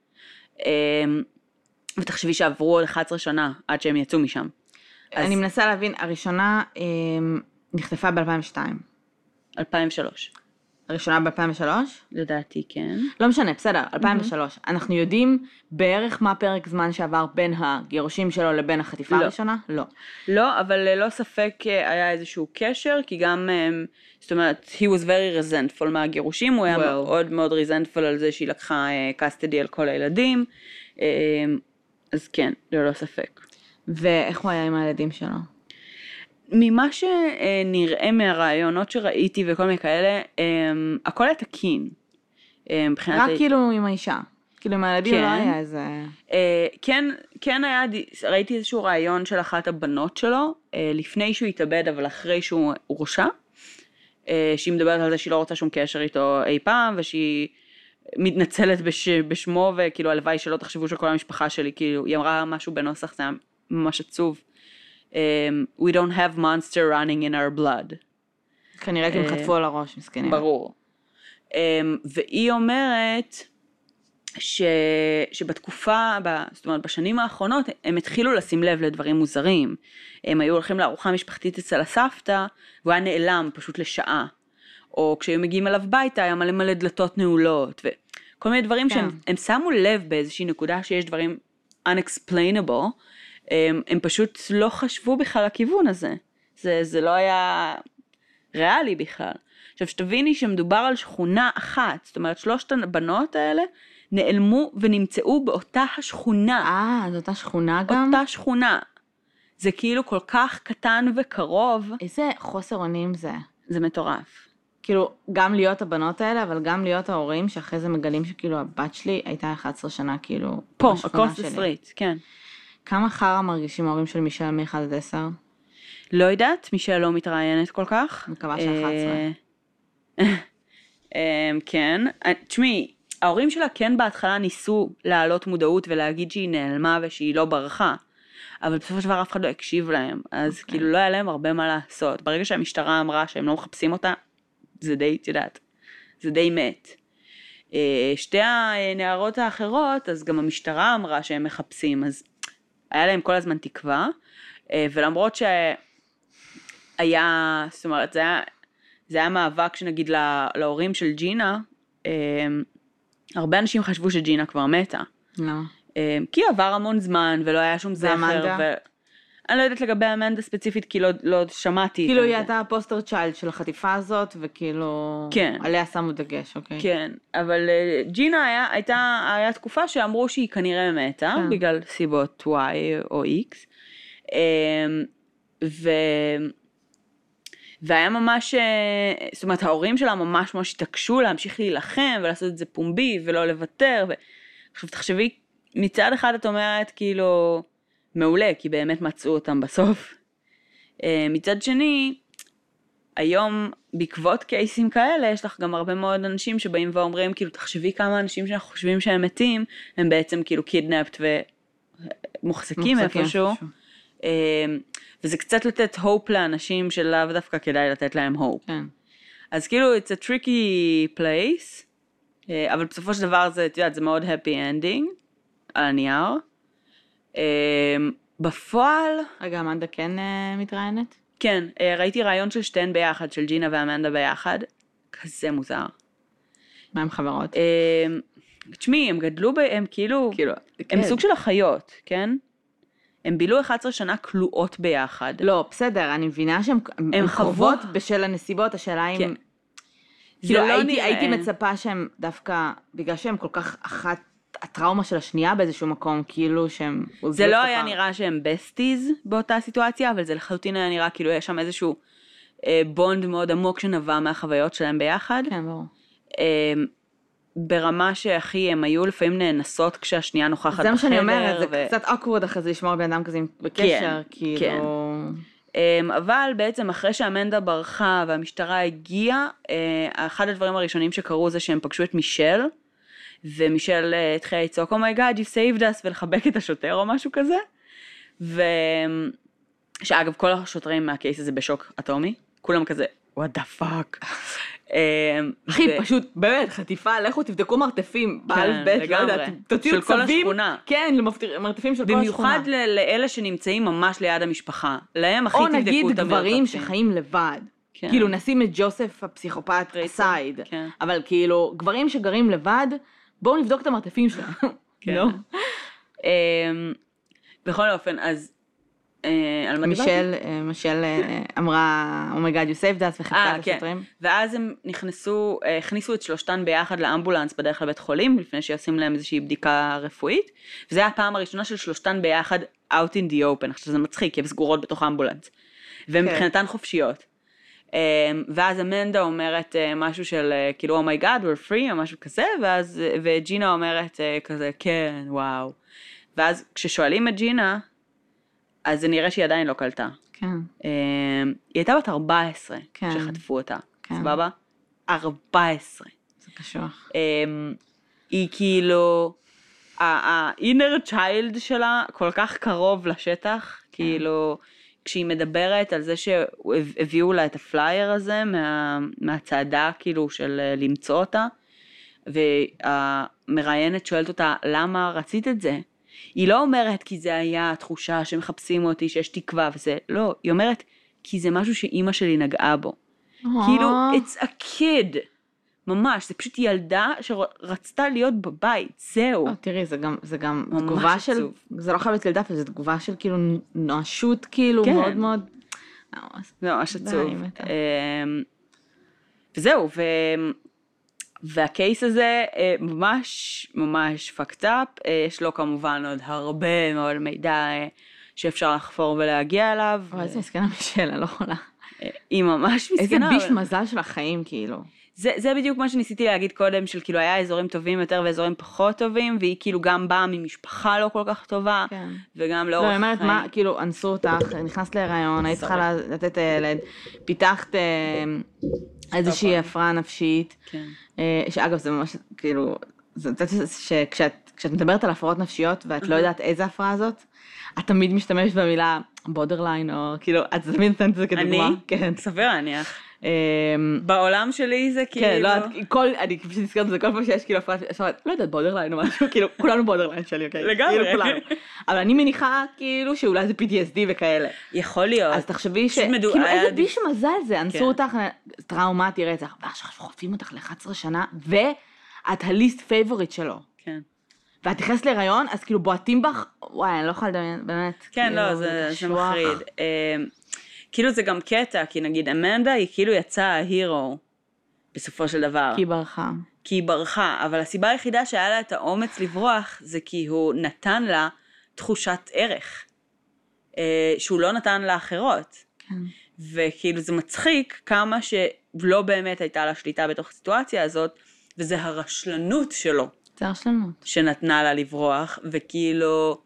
ותחשבי שעברו עוד 11 שנה עד שהם יצאו משם. אני מנסה להבין, הראשונה נחטפה ב-2002. 2003. הראשונה ב-2003? לדעתי כן. לא משנה, בסדר, 2003. אנחנו יודעים בערך מה פרק זמן שעבר בין הגירושים שלו לבין החטיפה הראשונה? לא. לא, אבל ללא ספק היה איזשהו קשר, כי גם, זאת אומרת, he was very resentful מהגירושים, הוא היה מאוד מאוד resentful על זה שהיא לקחה custody על כל הילדים, אז כן, ללא ספק. ואיך הוא היה עם הילדים שלו? ממה שנראה מהרעיונות שראיתי וכל מיני כאלה, הכל היה תקין. רק כאילו עם האישה. כאילו עם הילדים לא היה איזה... כן היה, ראיתי איזשהו רעיון של אחת הבנות שלו, לפני שהוא התאבד, אבל אחרי שהוא הורשע, שהיא מדברת על זה שהיא לא רוצה שום קשר איתו אי פעם, ושהיא מתנצלת בשמו, וכאילו הלוואי שלא תחשבו שכל המשפחה שלי, כאילו, היא אמרה משהו בנוסח, זה היה ממש עצוב. We don't have monster running in our blood. כנראה כי הם חטפו על הראש, מסכנים. ברור. והיא אומרת שבתקופה, זאת אומרת בשנים האחרונות, הם התחילו לשים לב לדברים מוזרים. הם היו הולכים לארוחה משפחתית אצל הסבתא, והוא היה נעלם פשוט לשעה. או כשהם מגיעים אליו ביתה, היה מלא דלתות נעולות, וכל מיני דברים שהם שמו לב באיזושהי נקודה שיש דברים unexplainable, הם פשוט לא חשבו בכלל לכיוון הזה. זה לא היה ריאלי בכלל. עכשיו שתביני שמדובר על שכונה אחת, זאת אומרת 3 הבנות האלה נעלמו ונמצאו באותה השכונה. זו אותה שכונה גם? אותה שכונה. זה כאילו כל כך קטן וקרוב. איזה חוסר אונים זה. זה מטורף. כאילו גם להיות הבנות האלה, אבל גם להיות ההורים שאחרי זה מגלים שכאילו הבת שלי הייתה 11 שנה כאילו פה, across the street, כן. כמה חרא מרגישים ההורים של מישל מ-1 עד 10? לא יודעת, מישל לא מתראיינת כל כך. מקווה ש-11. כן, תשמעי, ההורים שלה כן בהתחלה ניסו להעלות מודעות ולהגיד שהיא נעלמה ושהיא לא ברחה, אבל בסופו של דבר אף אחד לא הקשיב להם, אז כאילו לא היה להם הרבה מה לעשות. ברגע שהמשטרה אמרה שהם לא מחפשים אותה, זה די, תדעת, זה די מת. 2 הנערות האחרות, אז גם המשטרה אמרה שהם מחפשים, אז היה להם כל הזמן תקווה, ולמרות שהיה, זאת אומרת, זה היה מאבק שנגיד להורים של ג'ינה, הרבה אנשים חשבו שג'ינה כבר מתה. למה? כי עבר המון זמן ולא היה שום זכר. אני לא יודעת לגבי אמנדה ספציפית, כי לא שמעתי. כאילו היא הייתה הפוסטר צ'יילד של החטיפה הזאת, וכאילו... כן. עליה שמו דגש, אוקיי? כן, אבל ג'ינה היה תקופה שאמרו שהיא כנראה מתה, בגלל סיבות Y או X. והיה ממש, זאת אומרת, ההורים שלה ממש התעקשו להמשיך להילחם, ולעשות את זה פומבי, ולא לוותר. עכשיו תחשבי, מצד אחד את אומרת, כאילו, מעולה, כי באמת מצאו אותם בסוף. מצד שני, היום, בעקבות קייסים כאלה, יש לך גם הרבה מאוד אנשים שבאים ואומרים, כאילו, תחשבי כמה אנשים שאנחנו חושבים שהם מתים, הם בעצם כאילו קידנפט ומוחזקים איפשהו. וזה קצת לתת הופ לאנשים שלאו דווקא כדאי לתת להם הופ. כן. אז כאילו, it's a tricky place, אבל בסופו של דבר זה, את יודעת, זה מאוד happy ending, על הנייר. בפועל... רגע, אמנדה כן מתראיינת? כן, ראיתי רעיון של שתיהן ביחד, של ג'ינה ואמנדה ביחד, כזה מוזר. מה הם חברות? תשמעי, הם גדלו, הם כאילו, הם סוג של אחיות, כן? הם בילו 11 שנה כלואות ביחד. לא, בסדר, אני מבינה שהן חוות בשל הנסיבות, השאלה אם... כאילו, הייתי מצפה שהם דווקא, בגלל שהם כל כך אחת, הטראומה של השנייה באיזשהו מקום, כאילו שהם... זה לא היה נראה שהם בסטיז באותה סיטואציה, אבל זה לחלוטין היה נראה כאילו יש שם איזשהו בונד מאוד עמוק שנבע מהחוויות שלהם ביחד. כן, ברור. ברמה שהכי הם היו לפעמים נאנסות כשהשנייה נוכחת בחדר. זה מה שאני אומרת, זה קצת אוקוורד אחרי זה לשמור בן אדם כזה בקשר, כאילו... אבל בעצם אחרי שאמנדה ברחה והמשטרה הגיעה, אחד הדברים הראשונים שקרו זה שהם פגשו את מישל, ומישל התחילה לצעוק, Oh my God, you saved us, ולחבק את השוטר או משהו כזה. שאגב, כל השוטרים מהקייס הזה בשוק אטומי, כולם כזה, what the fuck. אחי, פשוט, באמת, חטיפה, לכו תבדקו מרתפים, באלף בית, לא יודעת, תוציאו צווים, כן, מרתפים של כל השכונה. במיוחד לאלה שנמצאים ממש ליד המשפחה, להם הכי תבדקו את המרתפים. או נגיד גברים שחיים לבד, כאילו נשים את ג'וסף הפסיכופת סייד, אבל כאילו, גברים שגרים לבד, בואו נבדוק את המרתפים שלהם. בכל אופן, אז מישל אמרה, Oh my God, you saved us, וחיפתה את השוטרים. ואז הם הכניסו את שלושתן ביחד לאמבולנס בדרך לבית חולים, לפני שיעשים להם איזושהי בדיקה רפואית, וזה היה הפעם הראשונה של שלושתן ביחד out in the open, עכשיו זה מצחיק, כי הן סגורות בתוך האמבולנס, ומבחינתן חופשיות. ואז אמנדה אומרת משהו של כאילו, Oh my God, we're free, או משהו כזה, וג'ינה אומרת כזה, כן, וואו. ואז כששואלים את ג'ינה, אז זה נראה שהיא עדיין לא קלטה. כן. היא הייתה בת 14 שחטפו אותה. סבבה? 14. זה קשוח. היא כאילו, ה-inner child שלה כל כך קרוב לשטח, כאילו, כשהיא מדברת על זה שהביאו לה את הפלייר הזה, מהצעדה כאילו של למצוא אותה, והמראיינת שואלת אותה, למה רצית את זה? היא לא אומרת כי זה היה התחושה שמחפשים אותי, שיש תקווה וזה, לא, היא אומרת כי זה משהו שאימא שלי נגעה בו. כאילו, it's a kid, ממש, זה פשוט ילדה שרצתה להיות בבית, זהו. תראי, זה גם תגובה של, זה לא חייבת ילדה, זה תגובה של כאילו נואשות, כאילו מאוד מאוד, זה ממש עצוב. וזהו, והקייס הזה ממש ממש fucked up, יש לו כמובן עוד הרבה מאוד מידע שאפשר לחפור ולהגיע אליו. איזה מסכנה מישל, אני לא יכולה. היא ממש מסכנה. איזה ביש מזל של החיים כאילו. זה בדיוק מה שניסיתי להגיד קודם, של כאילו היה אזורים טובים יותר ואזורים פחות טובים, והיא כאילו גם באה ממשפחה לא כל כך טובה, וגם לאורך חיים. לא, היא אומרת מה, כאילו אנסו אותך, נכנסת להיריון, היית צריכה לתת לילד, פיתחת איזושהי הפרעה נפשית, שאגב זה ממש כאילו, שכשאת מדברת על הפרעות נפשיות ואת לא יודעת איזה הפרעה זאת, את תמיד משתמשת במילה בורדרליין, או כאילו, את תמיד נתנת את זה כדוגמה. אני? סביר להניח. בעולם שלי זה כאילו... כן, לא, אני פשוט נזכרת בזה, כל פעם שיש כאילו הפרעה, לא יודעת, בורדרליין או משהו, כאילו, כולנו בורדרליין שלי, אוקיי? לגמרי. אבל אני מניחה כאילו שאולי זה PTSD וכאלה. יכול להיות. אז תחשבי כאילו איזה ביש מזל זה, אנסו אותך, טראומטי רצח, ועכשיו חוטפים אותך ל-11 שנה, ואת הליסט פייבוריט שלו. כן. ואת נכנסת להיריון, אז כאילו בועטים בך, וואי, אני לא יכולה לדמיין, באמת. כן, לא, זה מחריד. כאילו זה גם קטע, כי נגיד אמנדה היא כאילו יצאה ההירו, בסופו של דבר. כי היא ברחה, אבל הסיבה היחידה שהיה לה את האומץ לברוח, זה כי הוא נתן לה תחושת ערך, שהוא לא נתן לאחרות. כן. וכאילו זה מצחיק כמה שלא באמת הייתה לה שליטה בתוך הסיטואציה הזאת, וזה הרשלנות שלו. זה הרשלנות. שנתנה לה לברוח, וכאילו,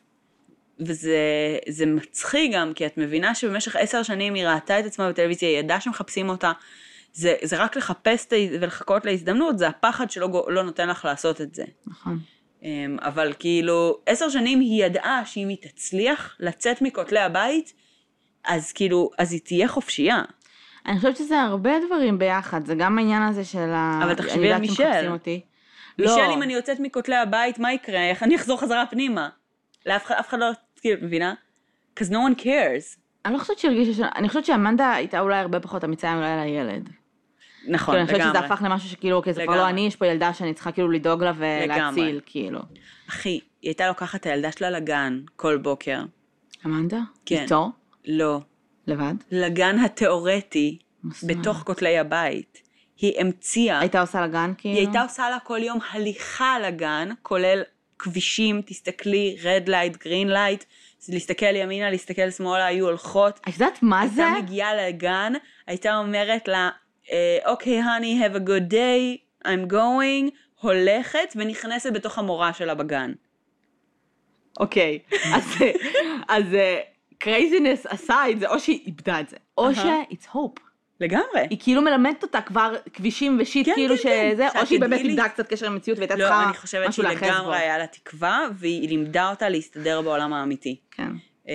וזה מצחיק גם, כי את מבינה שבמשך 10 שנים היא ראתה את עצמה בטלוויזיה, היא ידעה שמחפשים אותה, זה רק לחפש ולחכות להזדמנות, זה הפחד שלא לא נותן לך לעשות את זה. נכון. אבל כאילו, 10 שנים היא ידעה שאם היא תצליח לצאת מכותלי הבית, אז כאילו, אז היא תהיה חופשייה. אני חושבת שזה הרבה דברים ביחד, זה גם העניין הזה של אבל תחשבי על מישל. מישל, אם אני יוצאת מכותלי הבית, מה יקרה? איך אני אחזור חזרה פנימה? אף אחד לא, כאילו, מבינה? Because no one cares. אני לא חושבת שהרגישה, אני חושבת שאמנדה הייתה אולי הרבה פחות אמיצה אם לא היה לה ילד. נכון, לגמרי. אני חושבת שזה הפך למשהו שכאילו, אוקיי, זה כבר לא אני, יש פה ילדה שאני צריכה כאילו לדאוג לה ולהציל, כאילו. אחי, היא הייתה לוקחת את הילדה שלה לגן כל בוקר. אמנדה? כן. איתו? לא. לבד? לגן התיאורטי, בתוך כותלי הבית. היא המציאה. הייתה עושה לגן כאילו? היא הייתה עושה לה כל יום הליכה לגן, כולל כבישים, תסתכלי, red light, green light, להסתכל ימינה, להסתכל שמאלה, היו הולכות. את יודעת מה זה? הייתה מגיעה לגן, הייתה אומרת לה, אוקיי, honey, have a good day, I'm going, הולכת ונכנסת בתוך המורה שלה בגן. אוקיי, אז craziness aside, זה או שהיא איבדה את זה, או ש-it's hope. לגמרי. היא כאילו מלמדת אותה כבר כבישים ושיט, כאילו שזה, או שהיא באמת איבדה קצת קשר למציאות, והייתה צריכה לא, אני חושבת שהיא לגמרי היה לה תקווה, והיא לימדה אותה להסתדר בעולם האמיתי. כן.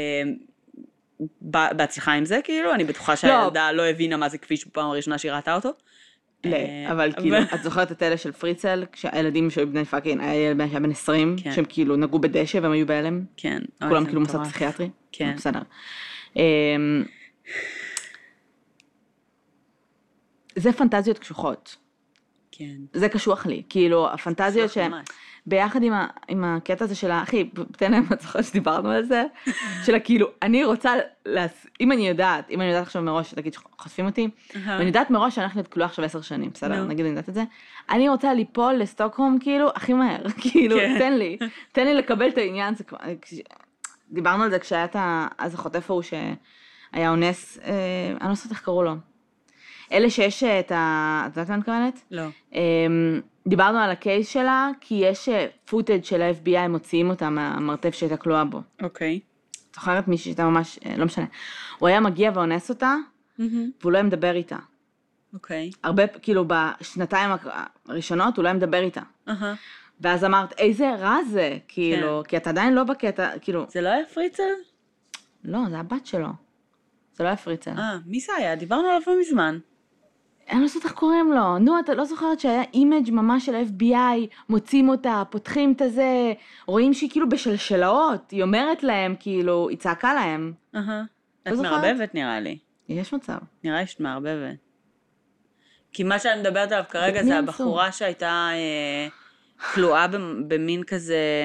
בהצלחה עם זה, כאילו, אני בטוחה שהילדה לא הבינה מה זה כביש בפעם הראשונה שהיא ראתה אותו. אבל כאילו, את זוכרת את אלה של פריצל, כשהילדים שהיו בני פאקינג, היה ילד בן 20, שהם כאילו נגעו בדשא והם היו בהלם? כן. כולם כאילו מוסד פסיכיאטרי? כן. בסדר. זה פנטזיות קשוחות. כן. זה קשוח לי. כאילו, הפנטזיות ביחד עם הקטע הזה של אחי, תן להם הצוחה שדיברנו על זה, של כאילו, אני רוצה, אם אני יודעת עכשיו מראש, תגיד שחושפים אותי, ואני יודעת מראש שאני הולכת להיות כלואה עכשיו 10 שנים, בסדר? נגיד אני יודעת את זה, אני רוצה ליפול לסטוקהולם, כאילו, הכי מהר, כאילו, תן לי לקבל את העניין, דיברנו על זה כשהיה אז החוטף ההוא שהיה אונס, אני לא יודעת איך קראו לו. אלה שיש את את יודעת מה אני מתכוונת? לא. דיברנו על הקייס שלה, כי יש פוטאג' של ה-FBI, מוציאים אותה מהמרתף שהייתה כלואה בו. אוקיי. זוכרת מישהי שהייתה ממש, לא משנה. הוא היה מגיע ואונס אותה, והוא לא היה מדבר איתה. אוקיי. הרבה, כאילו, בשנתיים הראשונות, הוא לא היה מדבר איתה. ואז אמרת, איזה רע זה, כאילו, כי אתה עדיין לא בקטע, כאילו... זה לא היה פריצל? לא, זה הבת שלו. זה לא היה פריצל. מי זה היה? דיברנו עליו מזמן. אני לא יודעת איך קוראים לו. נו, אתה לא זוכרת שהיה אימג' ממש של ה-FBI, מוצאים אותה, פותחים את הזה, רואים שהיא כאילו בשלשלאות, היא אומרת להם, כאילו, היא צעקה להם. את מערבבת נראה לי. יש מצב. נראה לי שאת מערבבת. כי מה שאני מדברת עליו כרגע זה הבחורה שהייתה כלואה במין כזה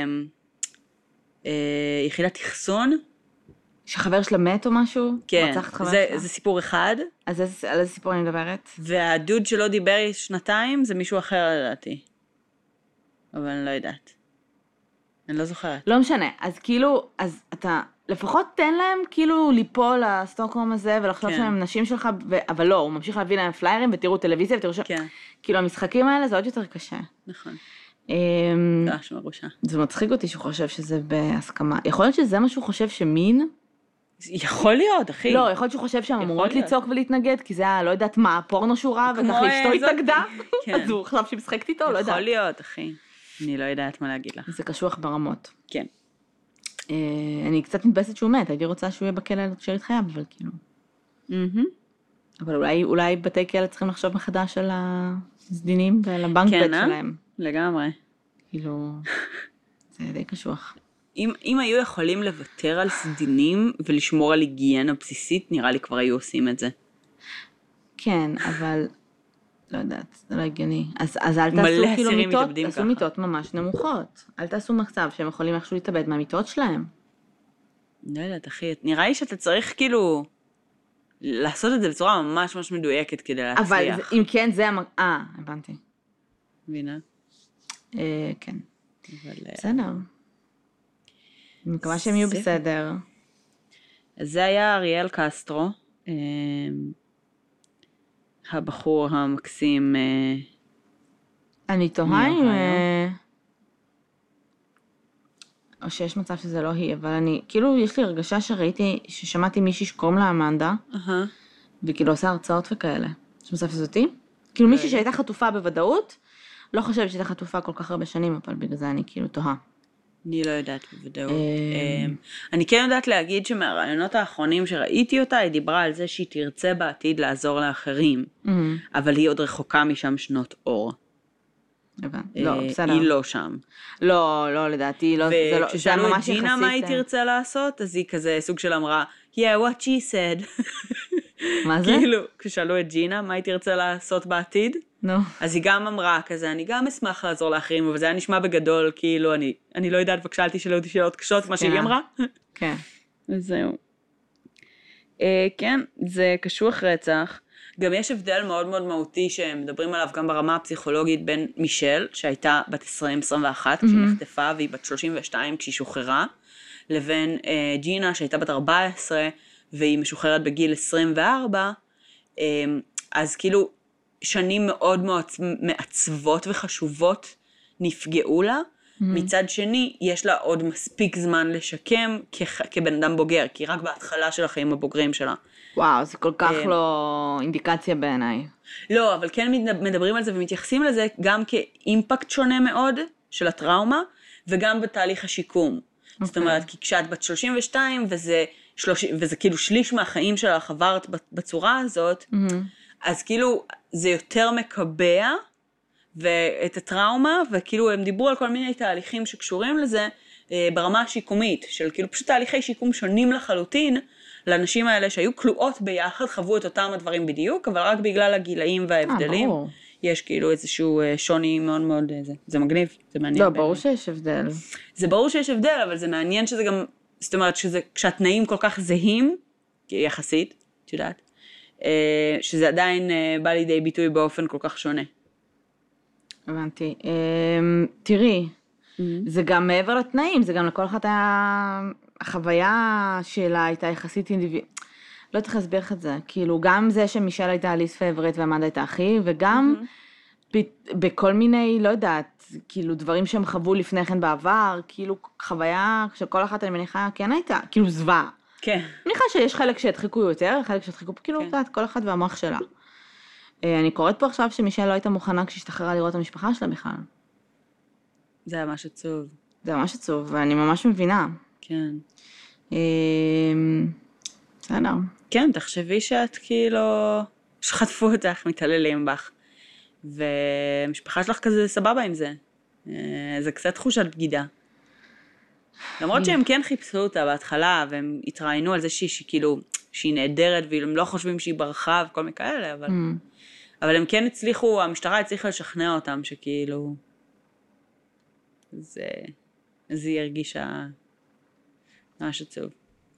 יחידת תחסון. שחבר שלה מת או משהו? כן, זה סיפור אחד. אז על איזה סיפור אני מדברת? והדוד שלא דיבר 2 זה מישהו אחר לדעתי. אבל אני לא יודעת. אני לא זוכרת. לא משנה, אז כאילו, אז אתה לפחות תן להם כאילו ליפול לסטוקהולם הזה ולחשוב שהם נשים שלך, אבל לא, הוא ממשיך להביא להם פליירים ותראו טלוויזיה ותראו כאילו המשחקים האלה זה עוד יותר קשה. נכון. ממש מרושע. זה מצחיק אותי שהוא חושב שזה בהסכמה. יכול להיות שזה מה שהוא חושב שמין? יכול להיות, אחי. לא, יכול להיות שהוא חושב שהן אמורות לצעוק ולהתנגד, כי זה היה, לא יודעת מה, פורנו שהוא רע, וככה אשתו התנגדה, אז הוא חשב שהיא משחקת איתו, לא יודעת. יכול להיות, אחי. אני לא יודעת מה להגיד לך. זה קשוח ברמות. כן. אני קצת מתבאסת שהוא מת, הייתי רוצה שהוא יהיה בכלא להשאיר את חייו, אבל כאילו. אבל אולי בתי כלא צריכים לחשוב מחדש על הסדינים ועל הבנקבט שלהם. לגמרי. כאילו, זה די קשוח. אם היו יכולים לוותר על סדינים ולשמור על היגיינה בסיסית, נראה לי כבר היו עושים את זה. כן, אבל לא יודעת, זה לא הגיוני. אז אל מלא תעשו כאילו אסירים מיטות, מתאבדים תעשו ככה. מיטות ממש נמוכות. אל תעשו מצב שהם יכולים איכשהו להתאבד מהמיטות שלהם. לא יודעת, אחי, נראה לי שאתה צריך כאילו לעשות את זה בצורה ממש ממש מדויקת כדי להצליח. אבל אם כן זה הבנתי. מבינה? כן. אבל... בסדר. אני מקווה שהם יהיו בסדר. אז זה היה אריאל קסטרו, הבחור המקסים. אני תוהה אם... או שיש מצב שזה לא היא, אבל אני, כאילו, יש לי הרגשה ששמעתי מישהי שקוראים לה אמנדה, וכאילו עושה הרצאות וכאלה. יש מצב שזאתי? כאילו מישהי שהייתה חטופה בוודאות, לא חושבת שהייתה חטופה כל כך הרבה שנים, אבל בגלל זה אני כאילו תוהה. אני לא יודעת בוודאות. אני כן יודעת להגיד שמהרעיונות האחרונים שראיתי אותה, היא דיברה על זה שהיא תרצה בעתיד לעזור לאחרים, אבל היא עוד רחוקה משם שנות אור. לא, בסדר. היא לא שם. לא, לדעתי, לא, זה ממש יחסית. וכששאלו את ג'ינה מה היא תרצה לעשות, אז היא כזה סוג של אמרה, yeah, what she said. מה זה? כאילו, כששאלו את ג'ינה מה היא תרצה לעשות בעתיד, אז היא גם אמרה כזה, אני גם אשמח לעזור לאחרים, אבל זה היה נשמע בגדול, כאילו, אני לא יודעת, וכשאלתי אותי שאלות קשות, מה שהיא אמרה. כן. וזהו. כן, זה קשוח רצח. גם יש הבדל מאוד מאוד מהותי שמדברים עליו גם ברמה הפסיכולוגית בין מישל, שהייתה בת 20-21 כשהיא נחטפה, והיא בת 32 כשהיא שוחררה, לבין ג'ינה שהייתה בת 14 והיא משוחררת בגיל 24, אז כאילו שנים מאוד מאוד מעצבות וחשובות נפגעו לה, מצד שני יש לה עוד מספיק זמן לשקם כבן אדם בוגר, כי רק בהתחלה של החיים הבוגרים שלה. וואו, זה כל כך לא אינדיקציה בעיניי. לא, אבל כן מדברים על זה ומתייחסים לזה גם כאימפקט שונה מאוד של הטראומה, וגם בתהליך השיקום. זאת אומרת, כי כשאת בת 32 וזה כאילו שליש מהחיים שלך עברת בצורה הזאת, אז כאילו זה יותר מקבע ואת הטראומה, וכאילו הם דיברו על כל מיני תהליכים שקשורים לזה ברמה השיקומית, של כאילו פשוט תהליכי שיקום שונים לחלוטין, לאנשים האלה שהיו כלואות ביחד, חוו את אותם הדברים בדיוק, אבל רק בגלל הגילאים וההבדלים, יש כאילו איזשהו שוני מאוד מאוד, זה מגניב, זה מעניין. לא, ברור שיש הבדל. זה ברור שיש הבדל, אבל זה מעניין שזה גם, זאת אומרת, כשהתנאים כל כך זהים, יחסית, את יודעת, שזה עדיין בא לידי ביטוי באופן כל כך שונה. הבנתי. תראי, זה גם מעבר לתנאים, זה גם לכל אחת החוויה שלה הייתה יחסית לא צריך להסביר את זה, כאילו גם זה שמישל הייתה אליס פייברט ואמנדה הייתה אחי, וגם בכל מיני, לא יודעת, כאילו דברים שהם חוו לפני כן בעבר, כאילו חוויה שכל אחת אני מניחה כן הייתה, כאילו זוועה. כן. אני מניחה שיש חלק שהדחיקו יותר, חלק שהדחיקו, כאילו, יודעת, כל אחת והמוח שלה. אני קוראת פה עכשיו שמישל לא הייתה מוכנה כשהשתחררה לראות את המשפחה שלה בכלל. זה היה ממש עצוב. זה ממש עצוב, ואני ממש מבינה. כן. בסדר. כן, תחשבי שאת כאילו, שחטפו אותך, מתעללים בך, ומשפחה שלך כזה סבבה עם זה. זה קצת תחושת בגידה. למרות שהם כן חיפשו אותה בהתחלה, והם התראיינו על זה שכאילו, שהיא נהדרת, והם לא חושבים שהיא ברחה וכל מיני כאלה, אבל הם כן הצליחו, המשטרה הצליחה לשכנע אותם שכאילו, זה היא הרגישה ממש עצוב.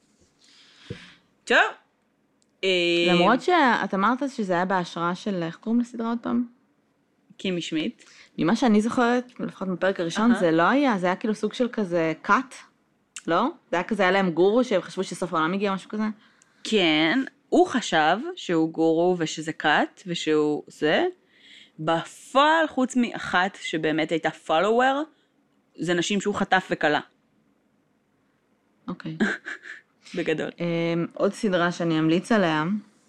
טוב. למרות שאת אמרת שזה היה בהשראה של, איך קוראים לסדרה עוד פעם? קימי שמיט. ממה שאני זוכרת, לפחות בפרק הראשון, זה לא היה, זה היה כאילו סוג של כזה קאט, לא? זה היה כזה, היה להם גורו שהם חשבו שסוף העולם הגיע, משהו כזה? כן, הוא חשב שהוא גורו ושזה קאט ושהוא זה. בפועל, חוץ מאחת שבאמת הייתה פולוור, זה נשים שהוא חטף וקלה. אוקיי. בגדול. עוד סדרה שאני אמליץ עליה,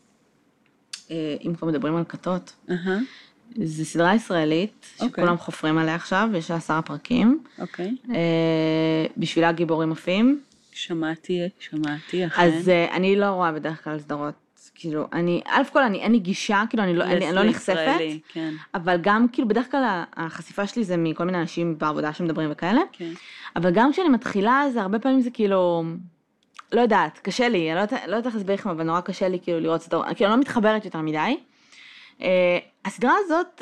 אם כבר מדברים על כתות, זו סדרה ישראלית, שכולם חופרים עליה עכשיו, יש לה 10 פרקים. אוקיי. בשבילה גיבורים עפים. שמעתי, אכן. אז אני לא רואה בדרך כלל סדרות, כאילו, אלף כל, אין לי גישה, כאילו, אני לא נחשפת, אבל גם, כאילו, בדרך כלל החשיפה שלי זה מכל מיני אנשים בעבודה שמדברים וכאלה, אבל גם כשאני מתחילה, זה הרבה פעמים זה כאילו, לא יודעת, קשה לי, אני לא יודעת להסביר לכם, אבל נורא קשה לי כאילו לראות סדרות, כאילו, אני לא מתחברת יותר מדי, הסדרה הזאת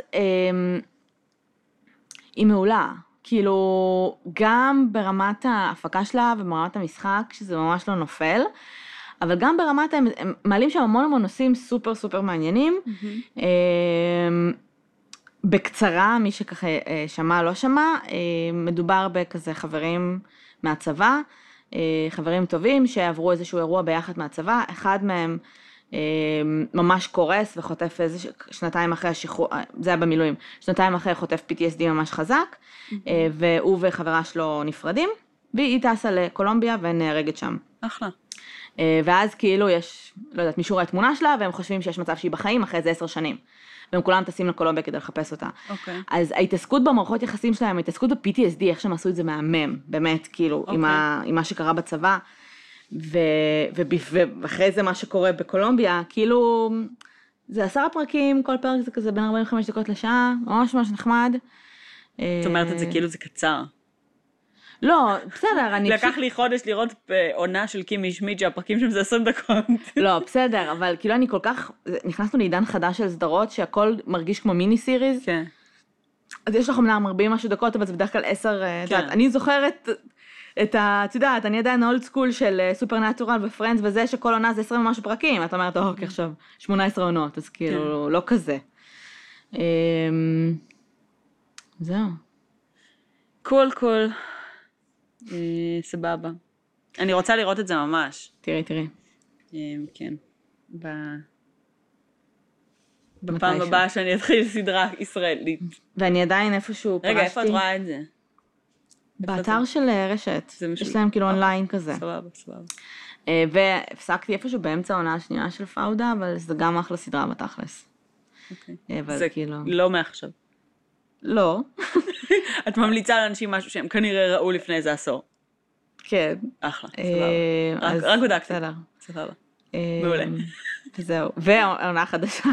היא מעולה, כאילו גם ברמת ההפקה שלה וברמת המשחק, שזה ממש לא נופל, אבל גם ברמת, הם מעלים שם המון נושאים סופר סופר מעניינים, בקצרה, מי שככה שמע לא שמע, מדובר בכזה חברים מהצבא, חברים טובים שעברו איזשהו אירוע ביחד מהצבא, אחד מהם ממש קורס וחוטף שנתיים אחרי השחרור, זה היה במילואים, שנתיים אחרי חוטף PTSD ממש חזק, והוא וחברה שלו נפרדים, והיא טסה לקולומביה ונהרגת שם. אחלה. ואז כאילו יש, לא יודעת, מישהו רואה תמונה שלה, והם חושבים שיש מצב שהיא בחיים אחרי זה 10 שנים. והם כולם טסים לקולומביה כדי לחפש אותה. אוקיי. אז ההתעסקות במערכות יחסים שלהם, ההתעסקות ב-PTSD, איך שהם עשו את זה מהמם, באמת, כאילו, עם מה שקרה בצבא, ואחרי זה מה שקורה בקולומביה, כאילו, זה 10 פרקים, כל פרק זה כזה בין 45 דקות לשעה, ממש ממש נחמד. זאת אומרת את זה כאילו זה קצר. לא, בסדר, אני לקח לי חודש לראות עונה של קימי שמיט, שהפרקים שם זה 20 דקות. לא, בסדר, אבל כאילו אני כל כך, נכנסנו לעידן חדש של סדרות, שהכל מרגיש כמו מיני סיריז. כן. אז יש לך אמנם 40 משהו דקות, אבל זה בדרך כלל 10, אני זוכרת את את יודעת, אני עדיין אולד סקול של סופרנטורל ופרנדס וזה, שכל עונה זה 20 ומשהו פרקים, את אומרת, אוקיי, עכשיו 18 עונות, אז כאילו, לא כזה. זהו. קול. סבבה. אני רוצה לראות את זה ממש. תראי. כן. בפעם הבאה שאני אתחיל סדרה ישראלית. ואני עדיין איפשהו פרשתי. רגע, איפה את רואה את זה? באתר של רשת. יש להם כאילו אונליין כזה. סבבה. והפסקתי איפשהו באמצע העונה השנייה של פאודה, אבל זה גם אחלה סדרה בתכלס. זה לא מעכשיו. לא. את ממליצה לאנשים משהו שהם כנראה ראו לפני איזה עשור. כן. אחלה, סבבה. רק בדקתי. סבבה. מעולה. וזהו. והעונה החדשה.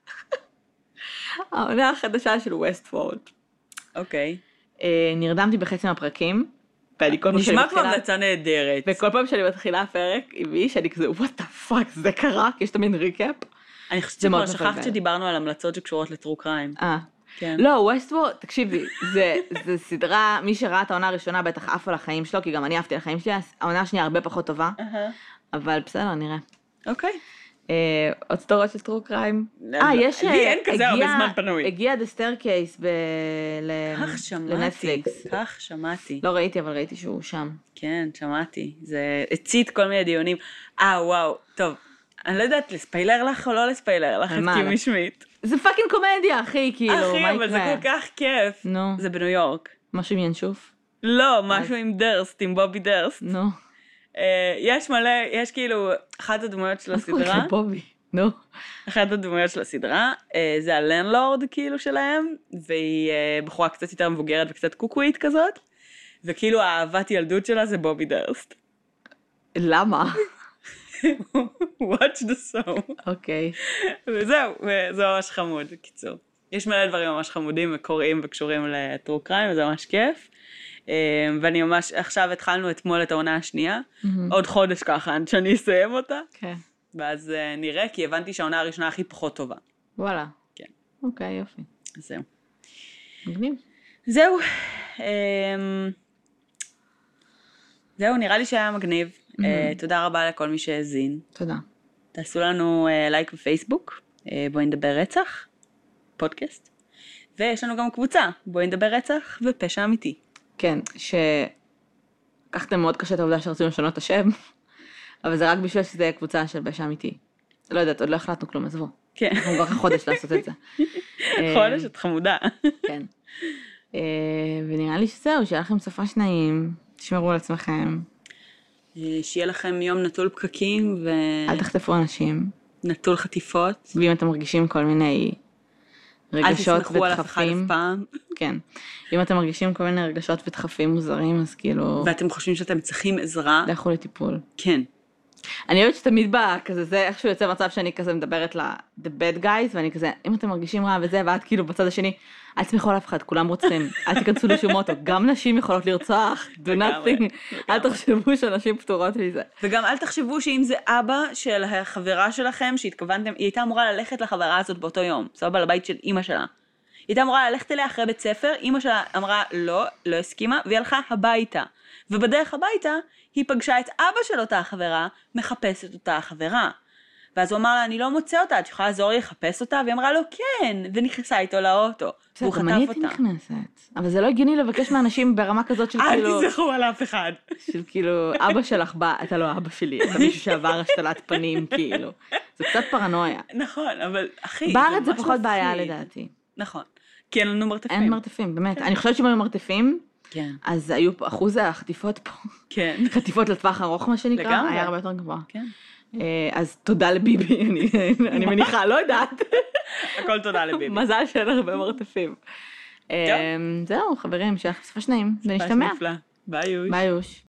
העונה החדשה של ווסטפורד. אוקיי. נרדמתי בחצי מהפרקים. נשמע כבר המלצה נהדרת. וכל פעם שאני מתחילה פרק עם מי, שאני כזה, what the fuck, זה קרה? כי יש תמיד ריקאפ. אני חושבת שכבר שכחת שדיברנו על המלצות שקשורות לטרו קריים. כן. לא, ווסטוורד, תקשיבי, זה סדרה, מי שראה את העונה הראשונה בטח אף על החיים שלו, כי גם אני אהבתי על החיים שלי, העונה השנייה הרבה פחות טובה, אבל בסדר, נראה. אוקיי. עוד סדרות של טרו קריים. יש, לי אין כזה הרבה זמן פנוי. הגיע The Staircase לנטפליקס. כך שמעתי. לא ראיתי, אבל ראיתי שהוא שם. כן, שמעתי. זה הצית כל מיני דיונים. וואו, טוב. אני לא יודעת לספיילר לך או לא לספיילר לך את קימי שמיט. זה פאקינג קומדיה, אחי, כאילו, מה יקרה? אחי, אבל זה כל כך כיף. נו. זה בניו יורק. משהו עם ינשוף? לא, משהו עם דרסט, עם בובי דרסט. נו. יש מלא, יש כאילו, אחת הדמויות של הסדרה. מה בובי? נו. אחת הדמויות של הסדרה, זה הלנדלורד כאילו שלהם, והיא בחורה קצת יותר מבוגרת וקצת קוקווית כזאת, וכאילו האהבת ילדות שלה זה בובי דרסט. למה? watch the show. אוקיי. וזהו, וזה ממש חמוד, בקיצור. יש מלא דברים ממש חמודים וקוראים וקשורים לטרו קריים, וזה ממש כיף. ואני ממש, עכשיו התחלנו אתמול את העונה השנייה, עוד חודש ככה, שאני אסיים אותה. כן. ואז נראה, כי הבנתי שהעונה הראשונה הכי פחות טובה. וואלה. כן. אוקיי, יופי. זהו. מגניב. זהו. זהו, נראה לי שהיה מגניב. תודה רבה לכל מי שהאזין. תודה. תעשו לנו לייק בפייסבוק, בואי נדבר רצח, פודקאסט, ויש לנו גם קבוצה, בואי נדבר רצח ופשע אמיתי. כן, לקחתם מאוד קשה את העובדה שרצינו לשנות את השם, אבל זה רק בשביל שזה יהיה קבוצה של פשע אמיתי. לא יודעת, עוד לא החלטנו כלום, עזבו. כן. אנחנו כבר חודש לעשות את זה. חודש, את חמודה. כן. ונראה לי שזהו, שיהיה לכם סופה שניים, תשמרו על עצמכם. שיהיה לכם יום נטול פקקים אל תחטפו אנשים. נטול חטיפות. ואם אתם מרגישים כל מיני רגשות ודחפים. אל תסמכו על אף אחד אף פעם. כן. אם אתם מרגישים כל מיני רגשות ודחפים מוזרים, אז כאילו... ואתם חושבים שאתם צריכים עזרה. לכו לטיפול. כן. אני אוהבת שתמיד כזה, זה איכשהו יוצא מצב שאני כזה מדברת ל-the bad guys, ואני כזה, אם אתם מרגישים רע וזה, ואת כאילו בצד השני, אל תסמכו על אף אחד, כולם רוצחים, אל תיכנסו לשום אוטו, גם נשים יכולות לרצוח, do nothing, אל תחשבו שנשים פטורות מזה. וגם אל תחשבו שאם זה אבא של החברה שלכם, שהתכוונתם, היא הייתה אמורה ללכת לחברה הזאת באותו יום, סבבה לבית של אמא שלה. היא הייתה אמורה ללכת אליה אחרי בית ספר, אמא שלה אמרה לא הסכימה, והיא הלכה הביתה. ובדרך הביתה, היא פגשה את אבא של אותה חברה, מחפשת אותה חברה. ואז הוא אמר לה, אני לא מוצא אותה, את יכולה לעזור לי לחפש אותה? והיא אמרה לו, כן, ונכנסה איתו לאוטו. והוא חטף אותה. נכנסת. אבל זה לא הגיוני לבקש מאנשים ברמה כזאת של כאילו... אל תזכרו על אף אחד. של כאילו, אבא שלך בא, אתה לא אבא שלי, אתה מישהו שעבר השתלת פנים, כאילו. זה קצת פרנויה. נכון, אבל אחי, בארץ זה פחות בעיה לדעתי. נכון. כי אין לנו מרתפים. אין מרתפים, באמת. אני חושבת שאם היו מרתפים, אז היו אחוז החטיפות פה. כן. חטיפות לטווח ארוך, מה שנקרא, היה הרבה יותר גבוה. כן. אז תודה לביבי, אני מניחה, לא יודעת. הכל תודה לביבי. מזל שאין הרבה מרתפים. זהו, חברים, שיהיה לכם סופש נעים, ונשתמע. ביי יוש. ביי יוש.